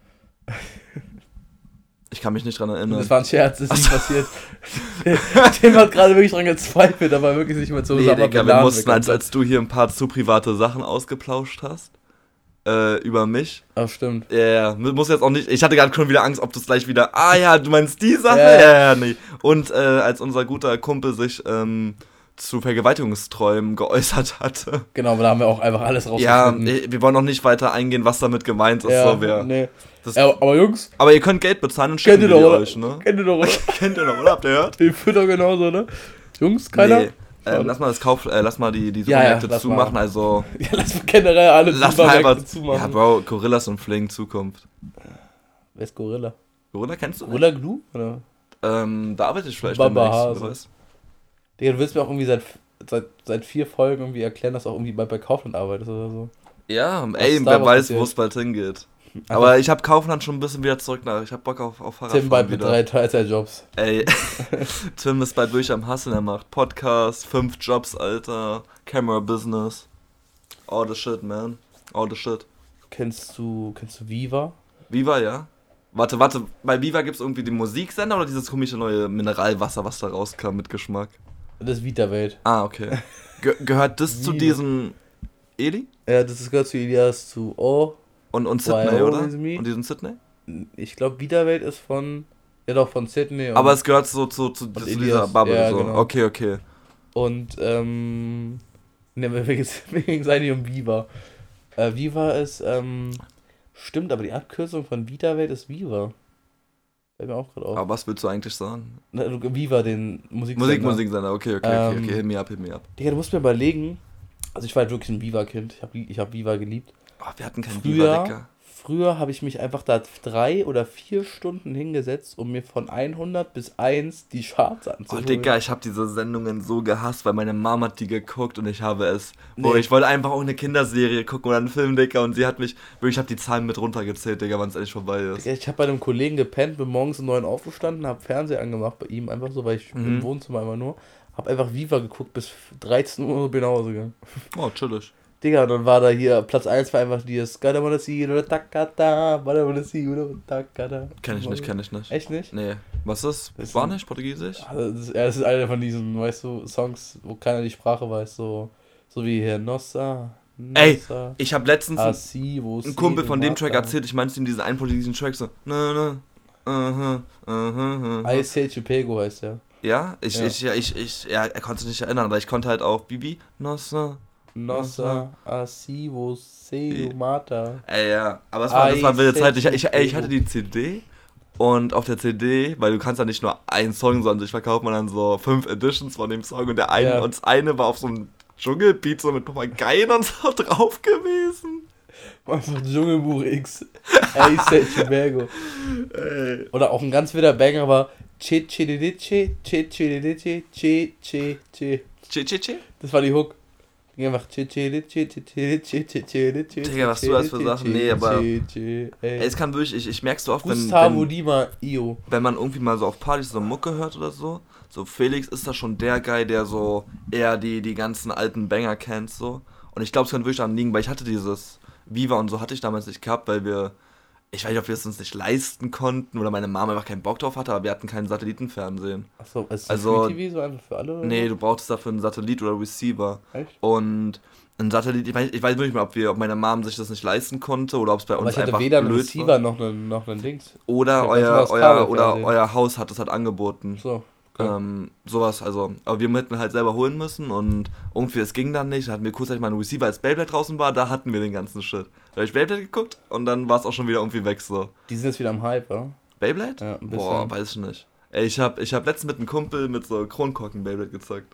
Ich kann mich nicht dran Und erinnern. das war ein Scherz, das ist nicht passiert. Dem hat gerade wirklich dran gezweifelt, aber wirklich nicht mehr zu Nee, Osama Digga, Bin wir Laden mussten, als, bekannt. als du hier ein paar zu private Sachen ausgeplauscht hast. äh, über mich. Ach, stimmt. Ja, ja, muss jetzt auch nicht, ich hatte gerade schon wieder Angst, ob du es gleich wieder, ah ja, du meinst die Sache? Ja, ja, ja, nee. Und äh, als unser guter Kumpel sich ähm, zu Vergewaltigungsträumen geäußert hatte. Genau, aber da haben wir auch einfach alles Ja, rausgefunden. wir wollen noch nicht weiter eingehen, was damit gemeint ist. Ja, so, wer, nee. das, Ja, aber Jungs, aber ihr könnt Geld bezahlen und schicken kennt ihr wir doch, die oder? euch, ne? Kennt ihr doch, oder? Kennt ihr noch, oder? Habt ihr gehört? Den Fütter genauso, ne? Jungs, keiner? Nee. Ähm, lass mal das Kauf, äh, lass mal die, die Ja, ja, Supermärkte lass zumachen, mal. also Ja, lass mal generell alle lass mal Supermärkte einfach, zumachen. ja Bro, Gorillas und Fling Zukunft. Wer ist Gorilla? Gorilla kennst du? Gorilla Glue? Oder? Ähm, da arbeite ich vielleicht Baba demnächst, Hase. wer weiß. Digga, du willst mir auch irgendwie seit, seit, seit vier Folgen irgendwie erklären, dass du auch irgendwie bei, bei Kaufland arbeitest oder so. Ja, Was ey, ist da wer was weiß, passiert? wo es bald hingeht. Einfach Aber ich habe Kaufland schon ein bisschen wieder zurück nach. Ich habe Bock auf, auf Tim Fahrradfahren bald mit wieder. drei Teilzeitjobs. Ey, Tim ist bald durch am Hustlen, er macht Podcast, fünf Jobs, Alter, Camera Business. All the shit, man. All the shit. Kennst du, kennst du Viva? Viva, ja? Warte, warte, bei Viva gibt's irgendwie den Musiksender oder dieses komische neue Mineralwasser, was da rauskam mit Geschmack? Das ist Vita-Welt. Ah, okay. Ge gehört das zu Viva. diesem Eli? Ja, das ist gehört zu Elias zu Oh. Und, und Sydney, Why oder? always me? Und diesen Sydney? Ich glaube, Vita-Welt ist von. Ja, doch, von Sydney. Und, Aber es gehört so zu, zu, zu Elias, dieser Bubble. ja, so. genau. Okay, okay. und ähm. Ne, mir ging es eigentlich um Viva. Äh, Viva ist, ähm. Stimmt, aber die Abkürzung von Vita-Welt ist Viva. Fällt mir auch gerade auf. Aber was willst du eigentlich sagen? Na, du- Viva, den Musiksender. Musik, Musiksender, okay, okay, okay, Ähm, okay, hit me up, hit me up. Digga, du musst mir überlegen. Also, ich war halt wirklich ein Viva-Kind. Ich habe ich hab Viva geliebt. Oh, wir hatten keinen Früher, Viva-Decker. früher habe ich mich einfach da drei oder vier Stunden hingesetzt, um mir von hundert bis eins die Charts Oh, anzuhören. Digga, ich habe diese Sendungen so gehasst, weil meine Mom hat die geguckt und ich habe es. Nee. Oh, ich wollte einfach auch eine Kinderserie gucken oder einen Film, Digga, und sie hat mich. Wirklich, ich habe die Zahlen mit runtergezählt, Digga, wann es endlich vorbei ist. Digga, ich habe bei einem Kollegen gepennt, bin morgens um neun aufgestanden, habe Fernseher angemacht bei ihm, einfach so, weil ich Mhm. im Wohnzimmer immer nur. Hab einfach Viva geguckt, bis dreizehn Uhr bin ich nach Hause gegangen. Oh, chillig. Digga, und dann war da hier, Platz eins war einfach dieses Gotta wanna see you, takata, gotta wanna see you, takata. Kenn ich nicht, kenn ich nicht. Echt nicht? Nee. Was ist? Das ist Spanisch, Portugiesisch? Also das, ist, ja, das ist einer von diesen, weißt du, Songs, wo keiner die Sprache weiß, so, so wie hier Nossa, Ey, Nossa, ich habe letztens einen, Asi, wo einen Kumpel von dem Track erzählt, ich meinte ihm diesen einen portugiesischen Track so. Na, na, aha, aha, aha. I Say Chipego heißt der. Ja, ich, Ja. ich, ja, ich, ich, ja, er konnte sich nicht erinnern, aber ich konnte halt auch Bibi, Nossa. Nossa, Asi, wo sei mata. Ey, ja, aber es war, das I war eine wilde said Zeit. Ich, ich, ey, ich Chipego. hatte die C D und auf der C D, weil du kannst ja nicht nur einen Song, sondern sich verkauft man dann so fünf Editions von dem Song und der eine, Ja. und das eine war auf so einem Dschungelbeat so mit Papageien und so drauf gewesen. Einfach Dschungelbuch X. I Say Chipego. Ey. Oder auch ein ganz wilder Banger war Che Che Che Che Che Che Che Che Che Che. Che, che, che? Das war die Hook. Ging einfach Che Che Che Che Che Che Che Che Che. Digga, was du hast für Sachen? Nee, aber- Che, Che, Ey, ey. es kann wirklich, ich, ich merk's so oft, wenn, Gustavo wenn, Lima Io. wenn man irgendwie mal so auf Partys so Mucke hört oder so, so Felix ist da schon der Guy, der so eher die, die ganzen alten Banger kennt, so. Und ich glaube, es könnte wirklich daran liegen, weil ich hatte dieses Viva und so hatte ich damals nicht gehabt, weil wir, ich weiß nicht, ob wir es uns nicht leisten konnten oder meine Mama einfach keinen Bock drauf hatte, aber wir hatten keinen Satellitenfernsehen. Achso, ist Also- also, Free T V so einfach für alle? oder Nee, so? du brauchtest dafür einen Satellit oder Receiver. Echt? Und ein Satellit, ich weiß, ich weiß nicht mehr, ob, wir, ob meine Mom sich das nicht leisten konnte oder ob es bei Aber uns ich hatte einfach weder einen blöd Receiver war. noch einen, noch einen Dings. Oder Ja, euer, das war das euer, oder Kabelfernsehen. euer Haus hat es halt angeboten. So. Okay. Ähm, sowas, also, aber wir hätten halt selber holen müssen und irgendwie, es ging dann nicht. Da hatten wir kurzzeitig mal einen Receiver, als Beyblade draußen war, da hatten wir den ganzen Shit. Da habe ich Beyblade geguckt und dann war es auch schon wieder irgendwie weg so. Die sind jetzt wieder am Hype, ja? Beyblade? Ja, ein bisschen. Boah, weiß ich nicht. Ey, ich hab, ich hab letztens mit einem Kumpel mit so Kronkorken Beyblade gezockt.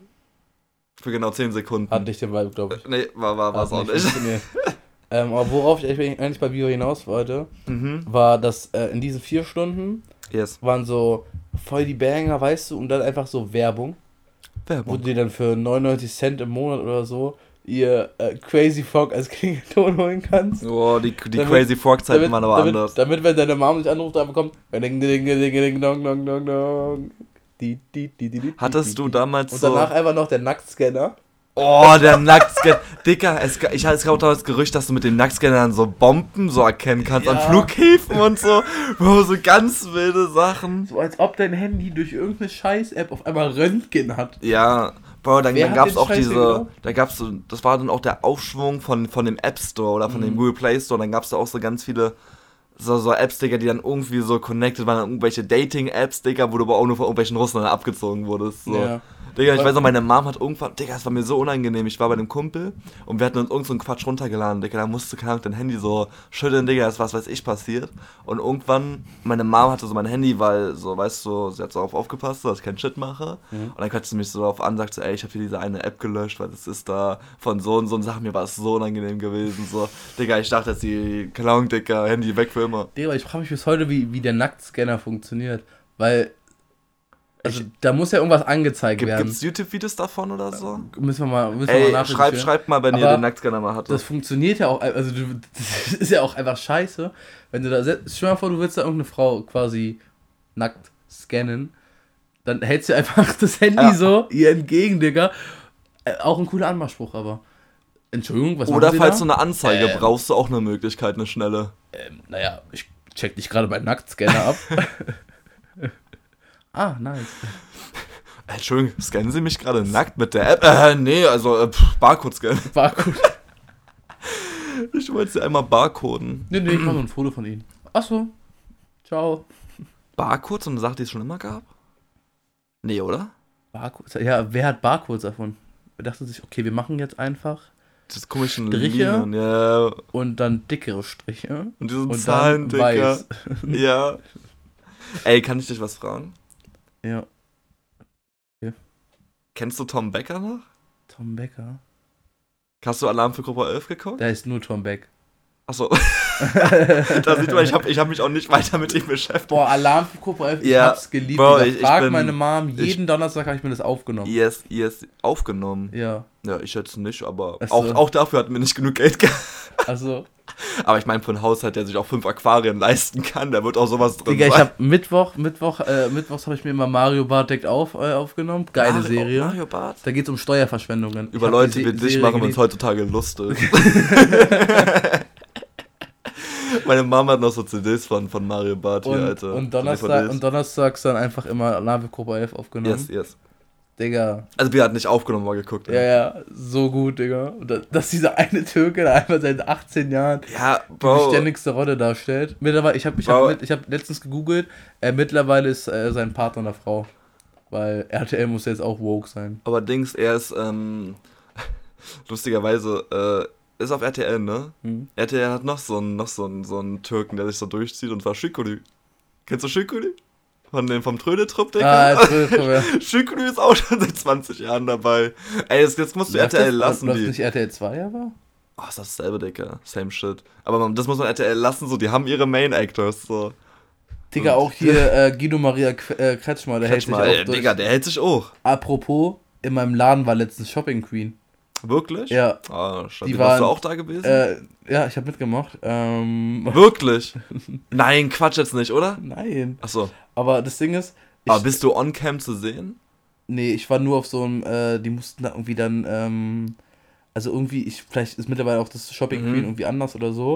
Für genau zehn Sekunden. Hat nicht den Vibe, glaube ich. Nee, war, war, war's Hat auch nicht. funktioniert. ähm, aber worauf ich eigentlich bei Viva hinaus wollte, Mhm. war, dass äh, in diesen vier Stunden Yes. waren so voll die Banger, weißt du, und dann einfach so Werbung, wo Werbung. du dir dann für neunundneunzig Cent im Monat oder so ihr äh, Crazy Frog als Klingelton holen kannst. Oh, die, die Damit- Crazy Frog-Zeiten waren aber damit, anders. Damit, wenn deine Mom dich anruft, einfach kommt, ding, ding, ding, ding, dong, dong, dong, dong. Die, die, die, die, die, Hattest die, du die. damals Und so... danach einfach noch der Nacktscanner. Oh, der Nacktscanner. Dicker, es, ich hatte auch das Gerücht, dass du mit dem Nacktscanner dann so Bomben so erkennen kannst Ja. an Flughäfen und so. Bro, so ganz wilde Sachen. So als ob dein Handy durch irgendeine Scheiß-App auf einmal Röntgen hat. Ja, Bro, dann, Wer dann hat gab's den auch Scheiß diese, geglaubt? da gab's so, das war dann auch der Aufschwung von, von dem App Store oder von Mhm. dem Google Play Store, dann gab's da auch so ganz viele so, so Apps, Digga, die dann irgendwie so connected waren an irgendwelche Dating-Apps, Digga, wo du aber auch nur von irgendwelchen Russen dann abgezogen wurdest, so. Ja. Digga, ich weiß noch, meine Mom hat irgendwann, Digga, es war mir so unangenehm, ich war bei einem Kumpel und wir hatten uns irgend so einen Quatsch runtergeladen, Digga, da musste, keine Ahnung, dein Handy so schütteln, Digga, ist was weiß ich passiert und irgendwann, meine Mom hatte so mein Handy, weil, so, weißt du, sie hat so darauf aufgepasst, dass ich keinen Shit mache Mhm. und dann quatscht sie mich so darauf an, sagt so, ey, ich habe hier diese eine App gelöscht, weil das ist da von so und so und Sachen, mir war es so unangenehm gewesen, so, Digga, ich dachte, dass die, keine Ahnung, Digga, Handy weg für immer. Digga, ich frage mich bis heute, wie, wie der Nacktscanner funktioniert, weil also Ich- da muss ja irgendwas angezeigt Gibt werden. es YouTube-Videos davon oder so? Müssen wir mal, müssen wir Ey, mal schreib, nachrecherchieren. schreibt mal, wenn ihr Aber den Nacktscanner mal hattet. Das funktioniert ja auch, also du, das ist ja auch einfach scheiße, wenn du da, stell dir mal vor, du willst da irgendeine Frau quasi nackt scannen, dann hältst du einfach das Handy Ja. so ihr entgegen, Digga. Äh, auch ein cooler Anmachspruch, aber. Entschuldigung, was Oder machen Sie falls da? du eine Anzeige Ähm. brauchst, du auch eine Möglichkeit, eine schnelle. Ähm, naja, ich check dich gerade beim Nacktscanner ab. Ah, nice. Äh, Entschuldigung, scannen Sie mich gerade nackt mit der App? Äh, nee, also äh, pff, Barcode-Scan. Barcode. Ich wollte sie einmal barcoden. Nee, nee, ich mach nur ein Foto von Ihnen. Achso. Ciao. Barcode, so eine Sache, die es schon immer gab? Nee, oder? Barcodes. Ja, wer hat Barcodes davon? Wir dachten sich, okay, wir machen jetzt einfach Das komischen Striche? Linien, ja. und dann dickere Striche. Und diese Und Zahlen, dann Digga. weiß. Ja. Ey, kann ich dich was fragen? Ja, Kennst du Tom Becker noch? Tom Becker. Hast du Alarm für Gruppe elf geguckt? Da ist nur Tom Beck. Achso. Da sieht man, ich habe ich hab mich auch nicht weiter mit ihm beschäftigt. Boah, Alarm für Gruppe elf, ich Ja, hab's geliebt. Bro, Digga. ich- ich Frag bin- meine Mom, ich- jeden Donnerstag habe ich mir das aufgenommen. Yes, yes, aufgenommen. Ja, Ja, ich jetzt nicht, aber Ach so. auch, auch dafür hatten wir nicht genug Geld gehabt. also, Aber ich meine, für einen Haushalt, der sich auch fünf Aquarien leisten kann, da wird auch sowas drin Digga, ich sein. hab Mittwoch, Mittwoch, äh, Mittwochs habe ich mir immer Mario Bart deckt auf äh, aufgenommen. Geile Mario, Serie. Mario Bart. Da geht's um Steuerverschwendungen. Ich Über hab Leute die wie Se- dich Serie machen wir uns geliebt. heutzutage lustig. Meine Mama hat noch so C Ds von, von Mario Bart hier, Und, Alter. und, So Donnerstag, D V Ds. und donnerstags dann einfach immer Alarm für Gruppe elf aufgenommen. Yes, yes. Digga. Also wir hatten nicht aufgenommen, mal geguckt. Ja, ja, so gut, Digga. Und da- dass dieser eine Türke da einfach seit achtzehn Jahren Ja, die Bro. ständigste Rolle darstellt. Mittlerweile, ich habe ich Bro. hab, mit- ich hab letztens gegoogelt, äh, mittlerweile ist äh, sein Partner eine Frau. Weil R T L muss jetzt auch woke sein. Aber Dings, er ist, ähm, lustigerweise, äh, ist auf R T L, ne? Hm? R T L hat noch so einen, noch so einen, so einen Türken, der sich so durchzieht, und zwar Şükrü. Kennst du Şükrü? Von dem, vom Trödeltrupp, Digga? Ah, jetzt will ich drüber. Şükrü ist auch schon seit zwanzig Jahren dabei. Ey, jetzt, jetzt musst du Läuft R T L das- lassen, läuft die. nicht R T L zwei aber? Oh, ist das dasselbe, Digga. Same shit. Aber man, das muss man R T L lassen, so, die haben ihre Main Actors, so. Digga, auch hier äh, Guido Maria K äh, Kretschmer, der hält Kretsch sich mal, auch ey, durch. Digga, der hält sich auch. Apropos, in meinem Laden war letztens Shopping Queen. Wirklich? Ja. Ah, schade. Die Warst du waren- auch da gewesen? Äh, ja, ich habe mitgemacht. Ähm, Wirklich? Nein, Quatsch jetzt nicht, oder? nein. Achso. Aber das Ding ist, ich, Aber bist du on-cam zu sehen? nee, ich war nur auf so einem, äh, die mussten da irgendwie dann, ähm, also irgendwie, ich, vielleicht ist mittlerweile auch das Shopping Mhm. Queen irgendwie anders oder so,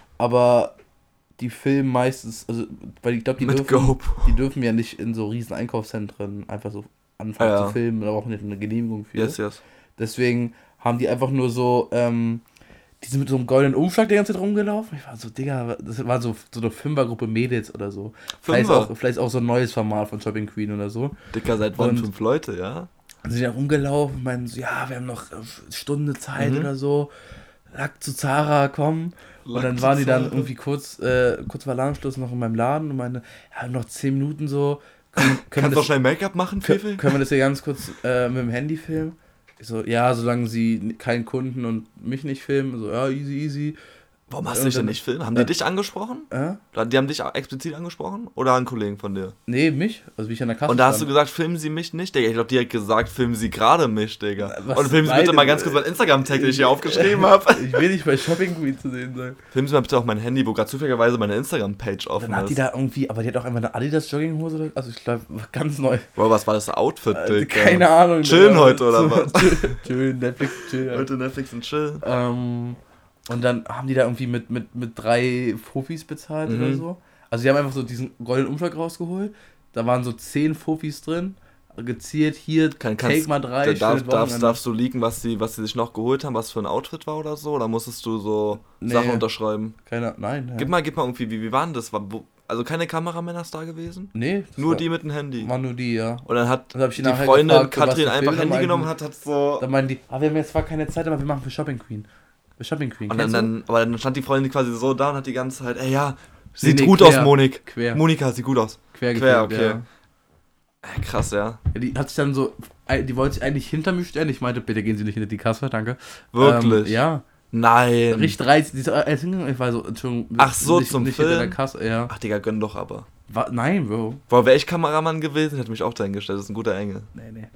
aber die filmen meistens, also, weil ich glaube, die Mit dürfen, Gope. die dürfen ja nicht in so riesen Einkaufszentren einfach so anfangen Ja, ja. zu filmen, da brauchen die eine Genehmigung für. Yes, yes. Deswegen haben die einfach nur so, ähm, die sind mit so einem goldenen Umschlag die ganze Zeit rumgelaufen. Ich war so, Digga, das war so, so eine Fünfergruppe Mädels oder so. Vielleicht Fünfer? auch, vielleicht auch so ein neues Format von Shopping Queen oder so. Dicker, seit wann Und- fünf Leute, ja? Dann sind die da rumgelaufen, meinen so, ja, wir haben noch äh, Stunde Zeit Mhm. oder so. Lack zu Zara, komm. Und dann waren die dann irgendwie kurz, äh, kurz vor Alarmschluss noch in meinem Laden und meinte, ja, noch zehn Minuten so. Können, können, Kannst wir, du das, schnell Make-up machen, können, Fifi? können wir das hier ganz kurz äh, mit dem Handy filmen? Ich so, ja, solange sie keinen Kunden und mich nicht filmen. So, ja, easy, easy. Warum hast und du dich denn dann- nicht filmen? Haben äh, die dich angesprochen? Äh? Die haben dich explizit angesprochen? Oder einen Kollegen von dir? Nee, mich. Also wie ich an der Kasse Und da hast du stand. gesagt, filmen Sie mich nicht, Digga. Ich glaube, die hat gesagt, filmen Sie gerade mich, Digga. Was Und filmen Sie bitte beide- mal ganz kurz meinen Instagram-Tag, den ich hier aufgeschrieben habe. Ich will nicht bei Shopping Queen zu sehen sein. Filmen Sie mal bitte auch mein Handy, wo gerade zufälligerweise meine Instagram-Page offen Dann hat die ist. da irgendwie, aber die hat auch einfach eine Adidas Jogginghose, oder- also ich glaube, ganz neu. Bro, was war das Outfit, Äh, Digga? keine Ahnung. Chillen Digga. heute, oder was? Chillen, Netflix, chill. Heute Netflix und chill. Ähm, und dann haben die da irgendwie mit, mit, mit drei Fufis bezahlt Mhm. oder so. Also die haben einfach so diesen goldenen Umschlag rausgeholt. Da waren so zehn Fufis drin. gezielt, hier, Kann, take kannst, mal drei. da darf, schönes darfst, Wochenende. darfst du leaken, was sie, was sie sich noch geholt haben, was für ein Outfit war oder so? Oder musstest du so Nee. Sachen unterschreiben? Keiner, nein. Ja. Gib mal, gib mal irgendwie, wie, wie waren das? War, wo, also keine Kameramänner ist da gewesen? Nee. das Nur war, die mit dem Handy. Waren nur die, ja. Und dann hat Dann hab ich die die nachher Freundin gefragt, für was Katrin für einfach Filme Handy meinten. genommen und hat, hat so... Dann meinen die, ah, wir haben jetzt zwar keine Zeit, aber wir machen für Shopping Queen. Für Shopping Queen. Und dann, Kennst du? dann, aber dann stand die Freundin quasi so da und hat die ganze Zeit, ey ja, sieht Nee, nee, gut quer. aus, Monik. Quer. Monika, sieht gut aus. Quer, Quer, gefilmt, okay. ja. Ey, krass, ja. Ja, die hat sich dann so, die wollte sich eigentlich hinter mir stellen. Ich meinte, bitte gehen Sie nicht hinter die Kasse, danke. Wirklich? Ähm, ja. Nein. Richtig reizend. Die ist erst hingegangen, ich war so, Entschuldigung. Ach so, nicht, zum nicht Film? hinter der Kasse, ja. Ach, Digga, gönn doch aber. War, nein, Bro. Boah, wäre ich Kameramann gewesen, hätte mich auch dahingestellt. Das ist ein guter Engel. Nee, nee.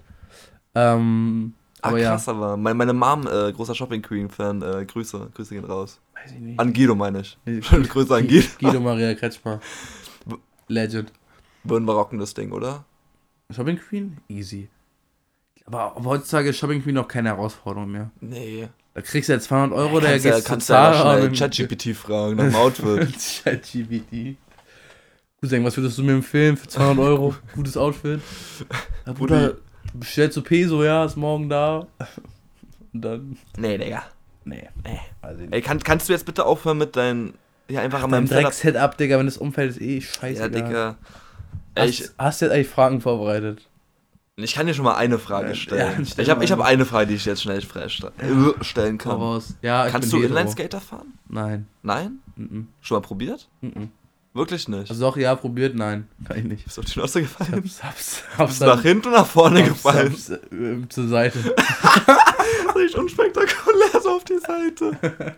Ähm, Ah, aber krass, ja. aber. Meine, meine Mom, äh, großer Shopping Queen-Fan, äh, Grüße. Grüße gehen raus. Weiß ich nicht. An Guido meine ich. Nee, Schöne Grüße an Guido. Guido Maria Kretschmer. Legend. Würden wir rocken, das Ding, oder? Shopping Queen? Easy. Aber, aber heutzutage ist Shopping Queen noch keine Herausforderung mehr. Nee. Da kriegst du jetzt zweihundert Euro, der kannst ja, geht zu kannst ja Zara schnell und- ChatGPT fragen nach dem Outfit. ChatGPT. Cousin, was würdest du mir empfehlen für zweihundert Euro? Gutes Outfit. Ja, Bruder, bestellst du Peso, ja, ist morgen da. Und dann. Nee, Digga. Nee. Nee. Also nicht. Ey, kann, kannst du jetzt bitte aufhören mit deinen... Ja, einfach an Dein meinem Setup... Dreck-Setup, Digga, wenn das Umfeld ist eh scheiße. Ja, Digga. Ey, ich, Hast, hast du jetzt eigentlich Fragen vorbereitet? ich kann dir schon mal eine Frage Ja, stellen. stell ich habe mal ich hab eine. eine Frage, die ich jetzt schnell fresh äh, stellen Hau kann. raus. Ja, ich Kannst bin du hetero. Inline-Skater fahren? Nein. Nein? Mhm. Schon mal probiert? Mhm. Wirklich nicht. Also doch, ja, probiert, nein. Kann ich nicht. Bist du auf die Schnauze Ich gefallen? hab's, hab's, hab's Bist du nach hinten und nach vorne hab's, gefallen? hab's, äh, zur Seite. Richtig unspektakulär so auf die Seite.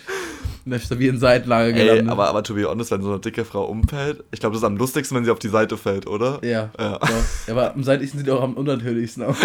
In der stabilen Seitenlage Ey, gelandet. aber, aber to be honest, wenn so eine dicke Frau umfällt, ich glaube, das ist am lustigsten, wenn sie auf die Seite fällt, oder? Ja. Ja. Ja. Ja, aber am seitlichsten sieht auch am unnatürlichsten aus.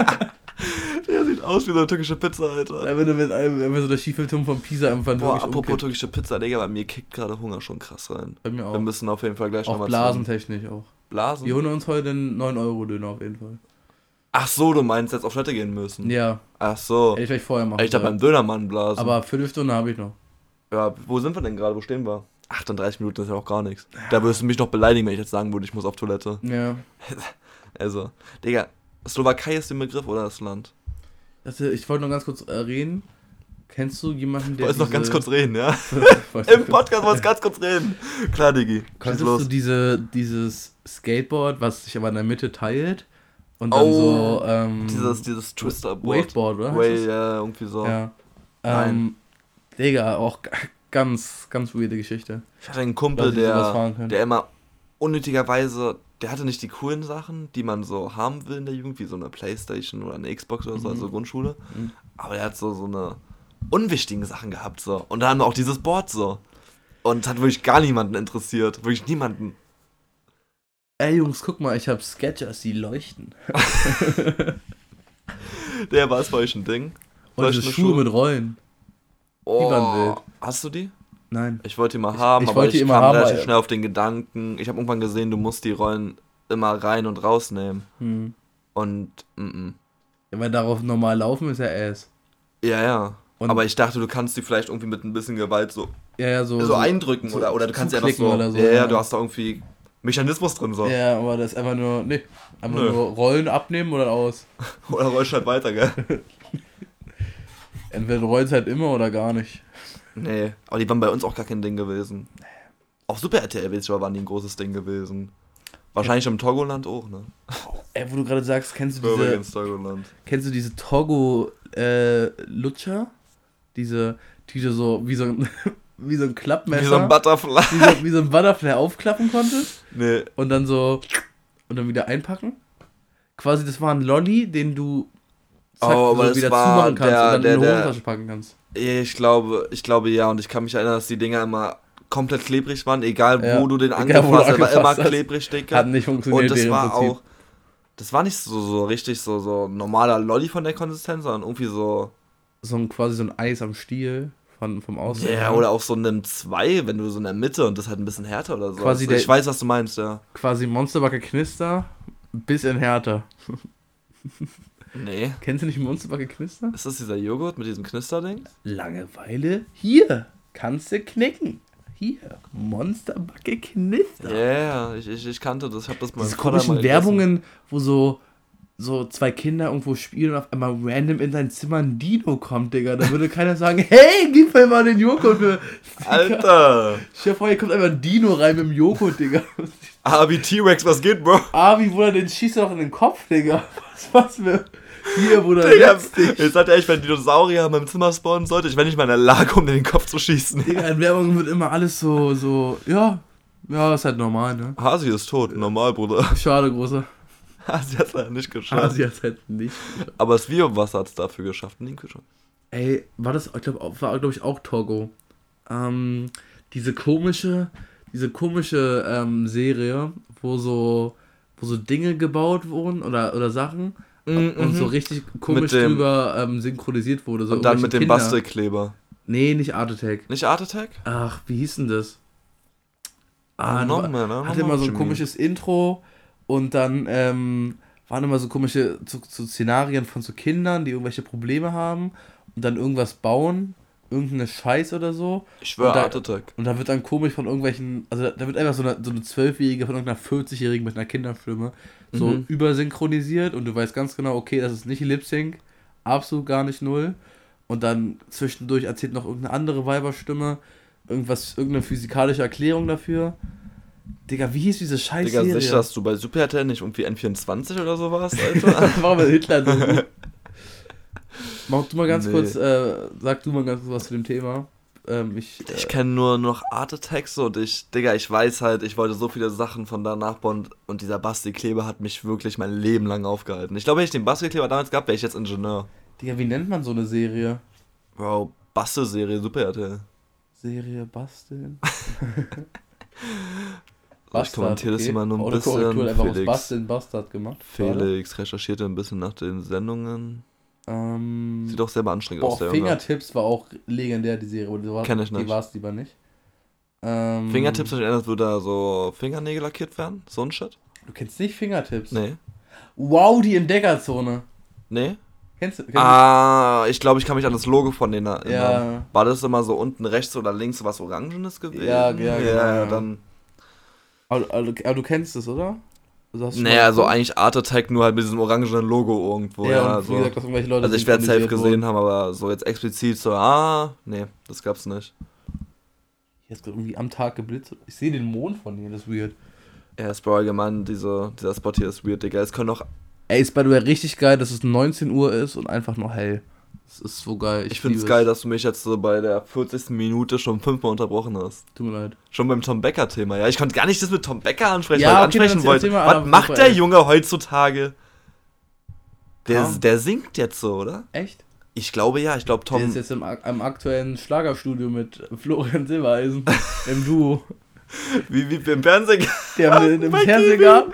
Der sieht aus wie so eine türkische Pizza, Alter. Ja, wenn du mit einem, wenn wir so der Schiefelturm von Pisa einfach Boah, wirklich apropos umkippt. türkische Pizza, Digga, bei mir kickt gerade Hunger schon krass rein. Bei mir Wir auch. müssen auf jeden Fall gleich Auch nochmal blasentechnisch auch. Blasen? Wir holen uns heute einen neun Euro Döner auf jeden Fall. Ach so, du meinst jetzt auf Toilette gehen müssen? Ja, Ach so. hätte ich vielleicht vorher machen Ich dachte sollen. beim Dönermann blasen. Aber Viertelstunde habe ich noch. Ja, wo sind wir denn gerade? Wo stehen wir? achtunddreißig Minuten ist ja auch gar nichts. Da würdest du mich noch beleidigen, wenn ich jetzt sagen würde, ich muss auf Toilette. Ja. Also, Digga, Slowakei ist der Begriff oder das Land? Also, ich wollte noch ganz kurz äh, reden. Kennst du jemanden, Ich der wollte noch diese- ganz kurz reden, ja? Ich wollte Im noch kurz- Podcast wollte ich ganz kurz reden. Klar, Digi. Schieß Konntest los. du diese, dieses Skateboard, was sich aber in der Mitte teilt und dann Oh, so ähm, Dieses, dieses Twister-Board. Wakeboard, oder? heißt Way, das? ja, irgendwie so. Ja. Nein. Ähm, Digga, auch g- ganz, ganz weirde Geschichte. Ich hatte einen Kumpel, Dass ich sowas der, fahren kann. der immer unnötigerweise, der hatte nicht die coolen Sachen, die man so haben will in der Jugend, wie so eine Playstation oder eine Xbox oder so, Mhm. also Grundschule. Mhm. Aber der hat so, so eine unwichtigen Sachen gehabt, so. Und dann haben wir auch dieses Board so. Und hat wirklich gar niemanden interessiert. Wirklich niemanden. Ey Jungs, guck mal, ich hab Sketchers, die leuchten. Der war es bei euch ein Ding. Und diese Leuchtende Schuhe mit Rollen. Oh, waren wild. hast du die? Nein. Ich wollte die mal Ich- haben, ich aber wollte ich die immer kam haben, relativ weil- schnell auf den Gedanken. Ich habe irgendwann gesehen, du musst die Rollen immer rein und rausnehmen. Hm. Und, mm, mm. Ja, weil darauf normal laufen ist ja Ass. Ja, ja. Und- aber ich dachte, du kannst die vielleicht irgendwie mit ein bisschen Gewalt so, Ja, ja, so. so, eindrücken so oder, oder du kannst sie einfach zuklicken so. oder so, ja, ja, ja. du hast da irgendwie Mechanismus drin so. Ja, aber das ist einfach nur. Nee. Einfach Nö. nur Rollen abnehmen oder aus. Oder rollst halt weiter, gell? Entweder du rollst halt immer oder gar nicht. Nee, aber die waren bei uns auch gar kein Ding gewesen. Auf Super R T L weiß ich, waren die ein großes Ding gewesen. Wahrscheinlich im Togoland auch, ne? Ey, wo du gerade sagst, kennst du diese. Übrigens Togoland. Kennst du diese Togo äh, Lutscher? Diese, die du so wie so ein wie so ein Klappmesser, Wie so ein Butterfly. wie so, wie so ein Butterfly aufklappen konntest Nee. und dann so und dann wieder einpacken. Quasi, das war ein Lolli, den du zack, Oh, aber so das wieder war zumachen kannst der- und dann der- in die der- Hosentasche packen kannst. Ich glaube, ich glaube ja, und ich kann mich erinnern, dass die Dinger immer komplett klebrig waren, egal wo Ja, du den egal, wo du angefasst hast, aber immer angefasst hast. klebrig, Digga. Hat nicht funktioniert. Und das deren war Prinzip. auch, das war nicht so, so richtig so, so normaler Lolli von der Konsistenz, sondern irgendwie so, so ein, quasi so ein Eis am Stiel von, vom Aussehen. ja, oder auch so einem zwei, wenn du so in der Mitte und das halt ein bisschen härter oder so. Quasi Also, der- ich weiß, was du meinst, ja. Quasi Monsterbacke Knister, ein bisschen härter. Nee. Kennst du nicht Monsterbacke Knister? Ist das dieser Joghurt mit diesem Knisterding? Langeweile? Hier, kannst du knicken. Hier, Monsterbacke Knister. Ja, yeah, ich, ich, ich kannte das, ich hab das mal Diese im Vater mal komischen gegessen. Werbungen, wo so so zwei Kinder irgendwo spielen und auf einmal random in sein Zimmer ein Dino kommt, Digga. Da würde keiner sagen, hey, gib mir mal den Joghurt. Für... Alter. Stell dir vor, hier kommt einfach ein Dino rein mit dem Joghurt, Digga. Ah, wie T-Rex, was geht, Bro? Ah, wie Bruder, den schießt er doch in den Kopf, Digga. Was, was für... Hier, Bruder, Digga, jetzt sagt er echt, wenn ein Dinosaurier in meinem Zimmer spawnen sollte, ich wäre nicht mal in der Lage, um in den Kopf zu schießen. Digga, in Werbung wird immer alles so, so, ja, ja, ist halt normal, ne? Hasi ist tot, normal, Bruder. Schade, Großer. Hasi hat es leider nicht geschafft. Hasi hat es halt nicht geschafft. Aber das Biowasser hat es dafür geschafft, in den Kühlschrank. Ey, war das, ich glaube, war, glaube ich, auch Togo. Ähm, diese komische, diese komische ähm, Serie, wo so, wo so Dinge gebaut wurden oder, oder Sachen Mm, und mhm. so richtig komisch dem, drüber ähm, synchronisiert wurde. So und dann mit dem Kinder. Bastelkleber. Nee, nicht Art Attack. Nicht Art Attack? Ach, wie hieß denn das? Ah, Ah, no, war, man, no, hatte immer so ein komisches Intro und dann ähm, waren immer so komische so, so Szenarien von so Kindern, die irgendwelche Probleme haben und dann irgendwas bauen, irgendeine Scheiß oder so. Ich schwöre, da, Art Attack. Und da wird dann komisch von irgendwelchen, also da, da wird einfach so eine, so eine Zwölfjährige von irgendeiner vierzigjährigen mit einer Kinderstimme so Mhm. übersynchronisiert und du weißt ganz genau, okay, das ist nicht Lip-Sync, absolut gar nicht null. Und dann zwischendurch erzählt noch irgendeine andere Weiberstimme irgendwas, irgendeine physikalische Erklärung dafür. Digga, wie hieß diese scheiß Digga, Serie? sicher, dass du bei Super R T L nicht irgendwie N vierundzwanzig oder so warst, Alter? Warum ist Hitler so gut? Mach du mal ganz Nee. kurz, äh, sag du mal ganz kurz was zu dem Thema. Ähm, ich äh, Ich kenne nur noch Art Attack so und ich, Digga, ich weiß halt, ich wollte so viele Sachen von da nachbauen und dieser Basti-Kleber hat mich wirklich mein Leben lang aufgehalten. Ich glaube, hätte ich den Basti-Kleber damals gehabt, wäre ich jetzt Ingenieur. Digga, wie nennt man so eine Serie? Bro, Bastel-Serie, Super R T L. Serie basteln? So, ich kommentiere das hier mal nur ein bisschen. Autokorrektur einfach aus Felix, Basteln Bastard gemacht. Schade. Felix recherchierte ein bisschen nach den Sendungen. Ähm, Sieht auch selber anstrengend boah, aus, der Junge. Fingertips war auch legendär, die Serie. Aber die war, Kenn ich nicht. Die war es lieber nicht. Ähm, Fingertips habe ich erinnert, würde da so Fingernägel lackiert werden? So ein Shit? Du kennst nicht Fingertips? Nee. Wow, die Entdeckerzone. Nee? Kennst du? Kennst Ah, ich glaube, ich kann mich an das Logo von denen erinnern. Ja. War das immer so unten rechts oder links so was Orangenes gewesen? Ja, ja, genau, ja, ja. dann. Aber, aber, aber du kennst es, oder? Also hast du schon Nee, mal also geguckt? eigentlich Art Attack nur halt mit diesem orangenen Logo irgendwo. Ja, Ja, und so. wie gesagt, dass irgendwelche Leute Also ich werde es safe synchronisiert gesehen wurden. haben, aber so jetzt explizit so, ah, nee, das gab's nicht. Hier ist gerade irgendwie am Tag geblitzt. Ich sehe den Mond von hier, das ist weird. Ja, ist Bro allgemein, diese, dieser Spot hier ist weird, Digga. Es können noch, Ey, ist by the way richtig geil, dass es neunzehn Uhr ist und einfach noch hell. Das ist so geil. ich find's liebe geil, dass du mich jetzt so bei der vierzigsten Minute schon fünfmal unterbrochen hast. Tut mir leid. Schon beim Tom Becker-Thema, ja. Ich konnte gar nicht das mit Tom Becker ansprechen, Ja, weil ich okay, ansprechen dann erzähl wollte. mal, Was aber macht super, der ey. Junge heutzutage? Der, Kaum. der singt jetzt so, oder? Echt? Ich glaube ja, ich glaube Der Tom. ist jetzt im, ak- im aktuellen Schlagerstudio mit Florian Silbereisen im Duo. Wie, wie im Fernsehen. Die haben einen im Bei Fernsehen Kiwi. gehabt.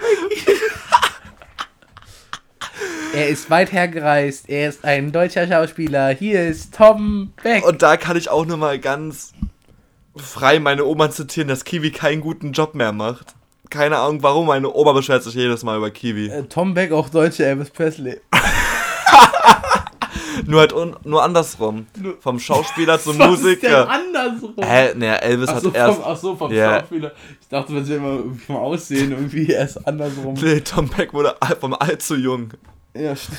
Er ist weit hergereist. Er ist ein deutscher Schauspieler. Hier ist Tom Beck. Und da kann ich auch nur mal ganz frei meine Oma zitieren, dass Kiwi keinen guten Job mehr macht. Keine Ahnung warum, meine Oma beschwert sich jedes Mal über Kiwi. Äh, Tom Beck, auch deutscher Elvis Presley. Nur halt un, nur andersrum. Vom Schauspieler zum Was ist denn Musiker. andersrum? Hä? Ne, Elvis Ach hat so, erst. vom, ach so, vom Ja. Schauspieler. Ich dachte, das wäre immer irgendwie vom Aussehen irgendwie erst andersrum. Nee, Tom Beck wurde al- vom allzu jung. Ja, stimmt.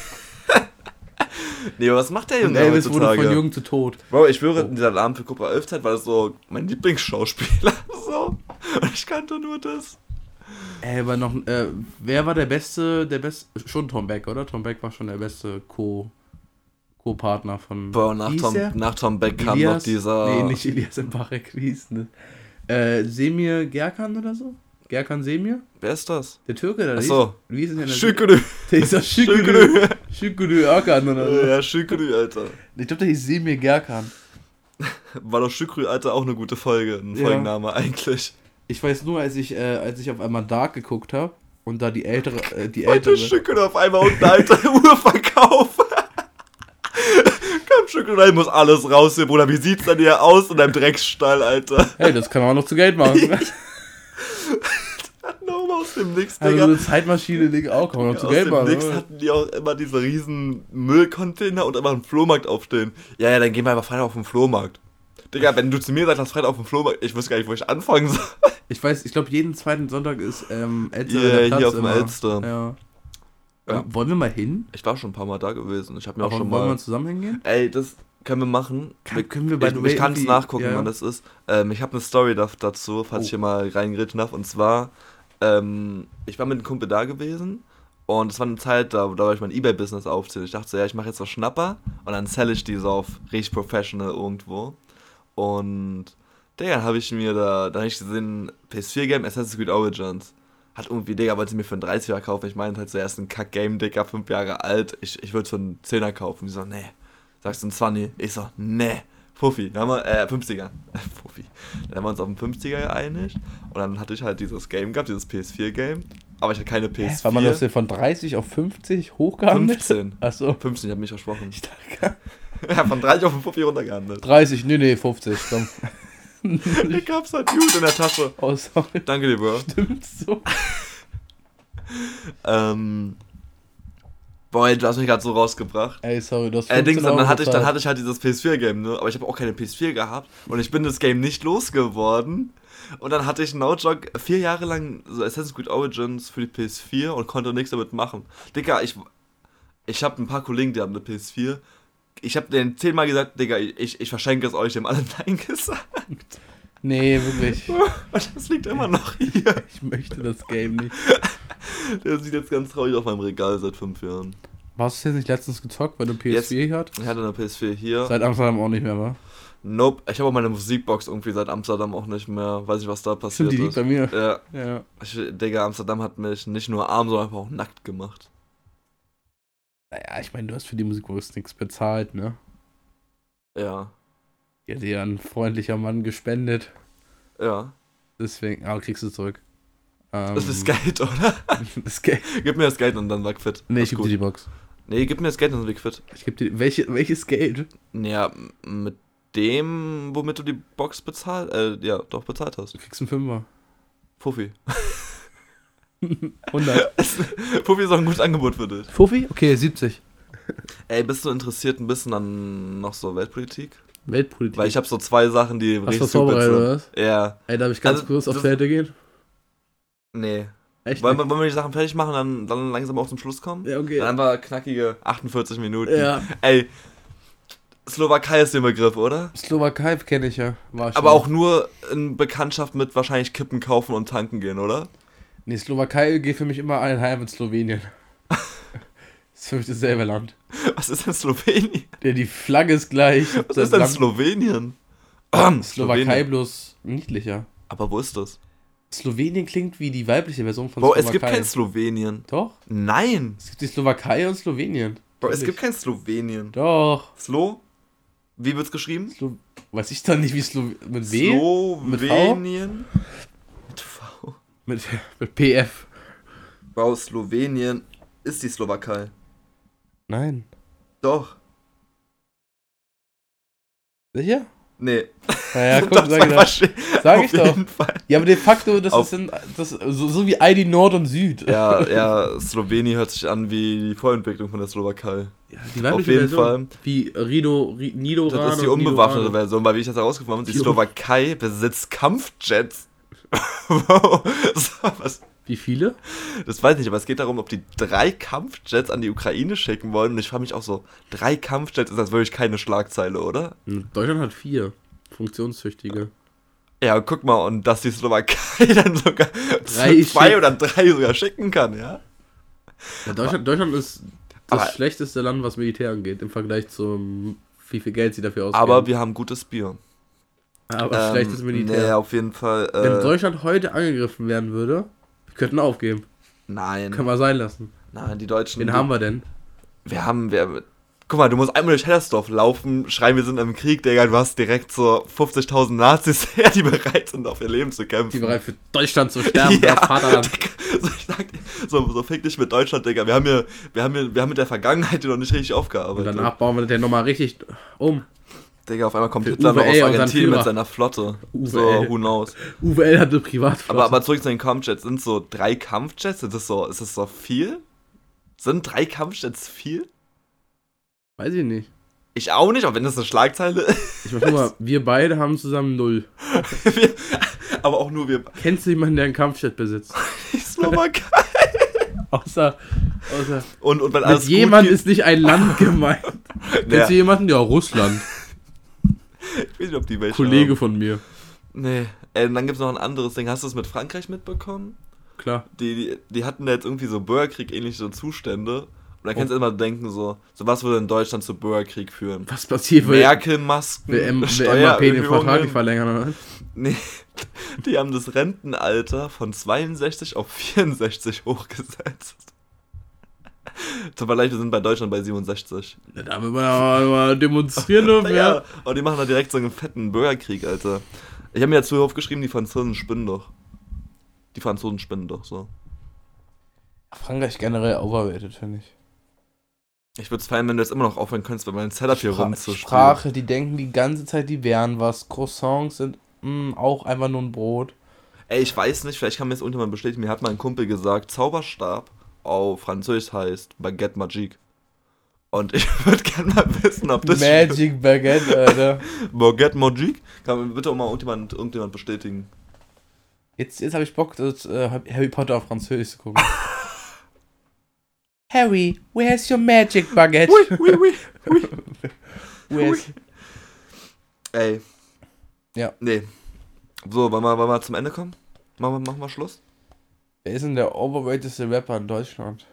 Nee, aber was macht der Und Junge Elvis wurde heutzutage? von jung zu tot. Bro, ich schwöre, in dieser Alarm für Cobra elf Zeit war das so mein Lieblingsschauspieler. So. Und ich kannte nur das. Ey, aber noch, äh, wer war der beste, der beste, schon Tom Beck, oder? Tom Beck war schon der beste Co, Co-Partner von... Bro, nach Wie hieß Tom, der? nach Tom Beck kam Elias? noch dieser... Nee, nicht Elias Mbarek, wie hieß denn das? Äh, Semir Gerkan oder so? Gerkan Semir? Wer ist das? Der Türke, der Ach so. Wie hieß denn der? Şükrü. Der ist doch Şükrü. Şükrü Erkan oder so. Ja, Şükrü, Alter. Ich glaube, der hieß Semir Gerkan. War doch Şükrü, Alter, auch eine gute Folge. Ein Ja. Folgenname eigentlich. Ich weiß nur, als ich, äh, als ich auf einmal Dark geguckt habe und da die ältere, äh, die Alter, ältere... Şükrü auf einmal unten, Alter, Urverkauf. Komm, Şükrü, da muss alles raus hier, Bruder. Wie sieht's denn hier aus in deinem Drecksstall, Alter? Hey, das kann man auch noch zu Geld machen. Hatten auch mal aus dem Nix, Also so Digga. eine Zeitmaschine, Digga, auch kann man noch zu Aus Geld dem machen. Nix oder? hatten die auch immer diese riesen Müllcontainer und immer einen Flohmarkt aufstehen. Ja, ja, dann gehen wir einfach Freitag auf den Flohmarkt. Digga, wenn du zu mir sagst, lass Freitag auf den Flohmarkt, ich wüsste gar nicht, wo ich anfangen soll. Ich weiß, ich glaube, jeden zweiten Sonntag ist ähm, Elster Yeah, der Platz hier auf dem immer. Elster. Ja. Ja. Wollen wir mal hin? Ich war schon ein paar Mal da gewesen. Ich habe mir Aber auch schon wollen mal... wir zusammen hingehen? Ey, das können wir machen. Kann, wir, können wir bei ich ich kann es nachgucken, ja. wann das ist. Ähm, ich habe eine Story da, dazu, falls Oh. ich hier mal reingrätschen darf. Und zwar, ähm, ich war mit einem Kumpel da gewesen. Und es war eine Zeit, da, da wollte ich mein Ebay-Business aufziehen. Ich dachte so, ja, ich mache jetzt so Schnapper. Und dann sell ich die so auf richtig professional irgendwo. Und Digga, habe ich mir da, da habe ich gesehen, P S vier Game, Assassin's Creed Origins. Hat irgendwie, Digga, wollte sie mir für einen dreißiger kaufen. Ich meinte halt zuerst ein Kack-Game, Digga, fünf Jahre alt. Ich, ich würde für einen zehner kaufen. Die so, nee. Sagst du einen zwanzig? Ich so, nee. Fuffi. Dann haben wir, äh, fünfziger. Fuffi. Dann haben wir uns auf einen fünfziger geeinigt. Und dann hatte ich halt dieses Game gehabt, dieses P S vier Game. Aber ich hatte keine P S vier. War man das denn von dreißig auf fünfzig hochgehandelt? fünfzehn. Achso. fünfzehn, ich hab mich versprochen. Ich dachte, Ja, von dreißig auf den Fuffi runtergehandelt. dreißig, nee, nee, fünfzig, komm. Ich hab's halt gut in der Tasche. Oh, sorry. Danke dir, Bro. Stimmt so. Ähm. Boah, du hast mich gerade so rausgebracht. Ey, sorry, du hast Äh, Dings, fünfzehn Euro dann hatte ich, dann bezahlt. hatte ich halt dieses P S vier Game, ne? Aber ich habe auch keine P S vier gehabt und ich bin das Game nicht losgeworden. Und dann hatte ich no joke vier Jahre lang so Assassin's Creed Origins für die P S vier und konnte nichts damit machen. Digga, ich ich habe ein paar Kollegen, die haben eine P S vier. Ich habe denen zehnmal gesagt, Digga, ich, ich verschenke es euch, die haben alle Nein gesagt. Nee, wirklich. Und das liegt immer noch hier. Ich möchte das Game nicht. Der sieht jetzt ganz traurig auf meinem Regal seit fünf Jahren. Warst du jetzt nicht letztens gezockt, weil du P S vier hat? Ich hatte eine P S vier hier. Seit Amsterdam auch nicht mehr, wa? Nope. Ich habe auch meine Musikbox irgendwie seit Amsterdam auch nicht mehr. Weiß nicht, was da passiert Stimmt, die liegt ist. bei mir. Ja. Ja. Ich, Digga, Amsterdam hat mich nicht nur arm, sondern einfach auch nackt gemacht. Naja, ich meine, du hast für die Musikbox nichts bezahlt, ne? Ja. Die hat dir ein freundlicher Mann gespendet. Ja. Deswegen, ah, kriegst du zurück. Ähm, Das ist Geld, oder? das Geld. Gib mir das Geld und dann war ich fit. Nee, Ist ich geb gut. dir die Box. Nee, gib mir das Geld und dann bin ich fit. Ich geb dir, welche, welches Geld? Ja, m- mit dem, womit du die Box bezahlt, äh, ja, doch bezahlt hast. Du kriegst einen Fünfer. Fuffi. hundert. Fuffi ist auch ein gutes Angebot für dich. Fuffi? Okay, siebzig. Ey, bist du interessiert ein bisschen an noch so Weltpolitik? Weltpolitik. Weil ich habe so zwei Sachen, die Hast du richtig das vorbereitet, oder was? Ja. Ey, darf ich ganz Also, kurz auf das- Toilette gehen? Nee. Echt? Wollen nicht? wir, wollen wir die Sachen fertig machen, dann, dann langsam auch zum Schluss kommen? Ja, okay. Dann haben wir knackige achtundvierzig Minuten. Ja. Ey, Slowakei ist der Begriff, oder? Slowakei kenne ich ja. War ich Aber schon. auch nur in Bekanntschaft mit wahrscheinlich Kippen kaufen und tanken gehen, oder? Nee, Slowakei geht für mich immer einher mit Slowenien. Das ist für mich dasselbe Land. Was ist denn Slowenien? Der, die Flagge ist gleich. Was das ist denn Land- Slowenien? Slowakei Slowenien. bloß niedlicher. Aber wo ist das? Slowenien klingt wie die weibliche Version von Bro, Slowakei. es gibt kein Slowenien. Doch? Nein. Es gibt die Slowakei und Slowenien. Bro, es Natürlich. gibt kein Slowenien. Doch. Slo? Wie wird's geschrieben? Slo Weiß ich doch nicht, wie Slo mit W? Mit V? Slowenien? Mit V. Mit, mit P F. Bro, Slowenien ist die Slowakei. Nein. Doch. Sicher? Nee. Naja, guck, Das sag ich war doch. schön. Sag ich Auf doch. jeden Fall. Ja, aber de facto, das Auf- ist in, das, so, so wie I D Nord und Süd. Ja, ja, Slowenien hört sich an wie die Vorentwicklung von der Slowakei. Ja, die weibliche Auf jeden Version. Wie Rido, Ri, Nido Das ist die unbewaffnete Version, weil wie ich das herausgefunden habe, die Die Slowakei besitzt Kampfjets. Wow. So, was? Wie viele? Das weiß ich nicht, aber es geht darum, ob die drei Kampfjets an die Ukraine schicken wollen. Und ich frage mich auch so, drei Kampfjets ist das wirklich keine Schlagzeile, oder? Deutschland hat vier funktionstüchtige. Ja, guck mal, und dass die Slowakei dann sogar Drei zwei schickt. oder drei sogar schicken kann, ja? Ja, Deutschland, Deutschland ist das Aber- schlechteste Land, was Militär angeht, im Vergleich zum, wie viel Geld sie dafür ausgeben. Aber wir haben gutes Bier. Aber schlechtes Militär. Nee, auf jeden Fall. Äh, Wenn Deutschland heute angegriffen werden würde, wir könnten aufgeben. nein. Können wir sein lassen. Nein, die Deutschen. Wen die, haben wir denn? Wir haben, wir, guck mal, du musst einmal durch Hellersdorf laufen, schreien, wir sind im Krieg, Digga, du hast direkt so fünfzigtausend Nazis her, die bereit sind, auf ihr Leben zu kämpfen. Die bereit für Deutschland zu sterben, Ja, das Vaterland. Digga, so, ich sag dir, so, so fick dich mit Deutschland, Digga, wir haben hier, wir haben hier, wir haben mit der Vergangenheit hier noch nicht richtig Und aufgearbeitet. danach bauen wir das ja nochmal richtig um. Digga, auf einmal kommt Für Hitler noch Uwe aus L. und sein Argentinien mit Führer. seiner Flotte. Uwe so, L. who knows. Uwe L. hatte Privatflotte. Aber, aber zurück zu den Kampfjets, sind so drei Kampfjets, ist das so, ist das so viel? Sind drei Kampfjets viel? Weiß ich nicht. Ich auch nicht, aber wenn das eine Schlagzeile ist. Ich mach mal, wir beide haben zusammen null. wir, aber auch nur wir. Kennst du jemanden, der einen Kampfjet besitzt? Die Slowakei. Außer, Außer Und, und wenn mit alles jemand gut geht, ist nicht ein Land gemeint. Kennst Ja. du jemanden? Ja, Russland. ich weiß nicht, ob die welche Kollege haben. von mir. Nee. Ey, und dann gibt's noch ein anderes Ding. Hast du es mit Frankreich mitbekommen? Klar. Die, die, die hatten da jetzt irgendwie so Bürgerkrieg-ähnliche so Zustände. Und dann kannst du immer denken, so, so was würde in Deutschland zu Bürgerkrieg führen? Was passiert, wenn Merkel-Masken, will M- will M A P den Vertrag nicht Steuererhöhungen. verlängern, oder? Nee, die haben das Rentenalter von zweiundsechzig auf vierundsechzig hochgesetzt. Zum Vergleich, wir sind bei Deutschland bei siebenundsechzig. Da will man ja mal demonstrieren dürfen, Ja, ja. und die machen da direkt so einen fetten Bürgerkrieg, Alter. Ich habe mir dazu aufgeschrieben, die Franzosen spinnen doch. Die Franzosen spinnen doch, so. Frankreich generell overrated, finde ich. Ich würde es feiern, wenn du jetzt immer noch aufhören könntest, bei meinem Setup hier Spra- rumzuspielen. Sprache, die denken die ganze Zeit, die wären was. Croissants sind mh, auch einfach nur ein Brot. Ey, ich weiß nicht, vielleicht kann mir das irgendjemand bestätigen. Mir hat mal ein Kumpel gesagt, Zauberstab auf Französisch heißt Baguette Magique. Und ich würde gerne mal wissen, ob das Magic Baguette, Alter. stimmt. Baguette Magique? Kann mir bitte auch mal irgendjemand, irgendjemand bestätigen. Jetzt, jetzt habe ich Bock, das äh, Harry Potter auf Französisch zu gucken. Harry, where's your magic baguette? Oui, oui, oui, oui. Where's... Ey. Ja. Nee. So, wollen wir, wollen wir zum Ende kommen? Machen wir, machen wir Schluss? Wer ist denn der overratedste Rapper in Deutschland?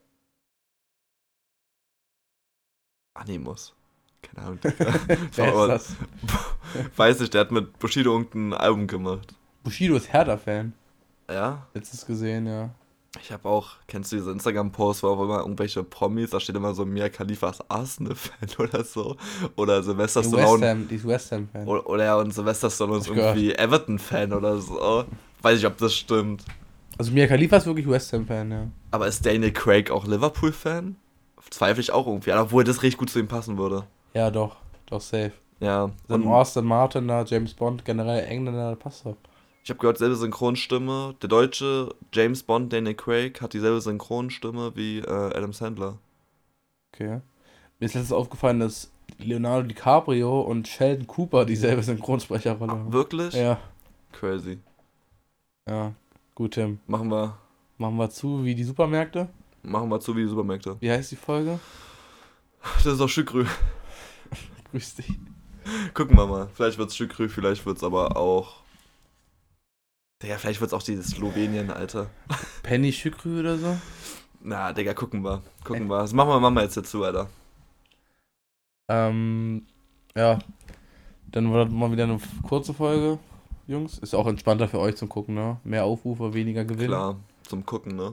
Animus. Keine Ahnung. Digga. Wer Aber- ist das? Weiß nicht, der hat mit Bushido irgendein Album gemacht. Bushido ist Hertha-Fan. Ja? Letztes gesehen, ja. Ich habe auch, kennst du diese Instagram-Posts, wo auch immer irgendwelche Promis, da steht immer so Mia Khalifas Arsenal-Fan oder so. Oder Sylvester Die West Stallone. Ham, die ist West Ham-Fan. Oder, oder ja, und Sylvester Stallone ist Hab ich gehört. irgendwie Everton-Fan oder so. Weiß ich, ob das stimmt. Also Mia Khalifa ist wirklich West Ham-Fan, ja. Aber ist Daniel Craig auch Liverpool-Fan? Zweifle ich auch irgendwie, an, obwohl das richtig gut zu ihm passen würde. Ja, doch. Doch, safe. Ja. Dann Und Aston Martin da, James Bond, generell Engländer, passt doch. ich habe gehört, selbe Synchronstimme. Der deutsche James Bond, Daniel Craig, hat dieselbe Synchronstimme wie äh, Adam Sandler. Okay. Mir ist letztens aufgefallen, dass Leonardo DiCaprio und Sheldon Cooper dieselbe Synchronsprecherrolle haben. Wirklich? Ja, Crazy. ja. Gut, Tim. Machen wir, Machen wir zu wie die Supermärkte. machen wir zu wie die Supermärkte. Wie heißt die Folge? Das ist doch Schükrü. Grüß dich. Gucken wir mal. Vielleicht wird's Schükrü, vielleicht wird's aber auch. Digga, vielleicht wird's auch dieses Slowenien, Alter. Penny Şükrü oder so? Na, Digga, gucken wir. Gucken wir. Das machen wir, machen wir jetzt dazu, Alter. Ähm, ja. Dann war das mal wieder eine kurze Folge, Jungs. Ist auch entspannter für euch zum Gucken, ne? Mehr Aufrufe, weniger Gewinn. Klar, zum Gucken, ne?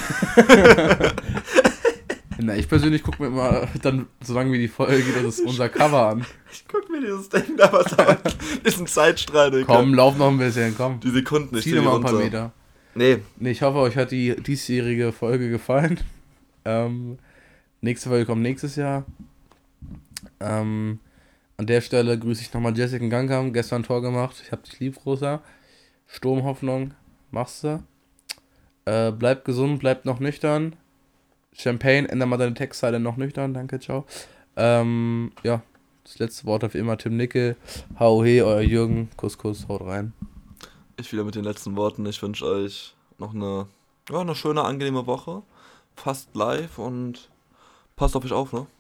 Na, ich persönlich gucke mir immer dann, solange wie die Folge geht, das ist unser Cover an. Ich guck mir dieses Ding da was an. Ist ein Zeitstrahl, Digga. Komm, lauf noch ein bisschen, komm. Die Sekunden, ich Zieh zieh doch die mal ein paar runter. Meter. Nee, Nee, ich hoffe, euch hat die diesjährige Folge gefallen. Ähm, nächste Folge kommt nächstes Jahr. Ähm, an der Stelle grüße ich nochmal Jessica Gangam, gestern ein Tor gemacht. Ich hab dich lieb, Großer. Sturmhoffnung, machst du. Äh, bleib gesund, bleib noch nüchtern. Champagne, änder mal deine Textzeile noch nüchtern, danke, ciao. Ähm, ja, das letzte Wort auf immer Tim Nickel. Hau he, euer Jürgen. Kuss, Kuss, haut rein. ich wieder mit den letzten Worten. Ich wünsche euch noch eine, ja, eine schöne, angenehme Woche. Fast live und passt auf euch auf, ne?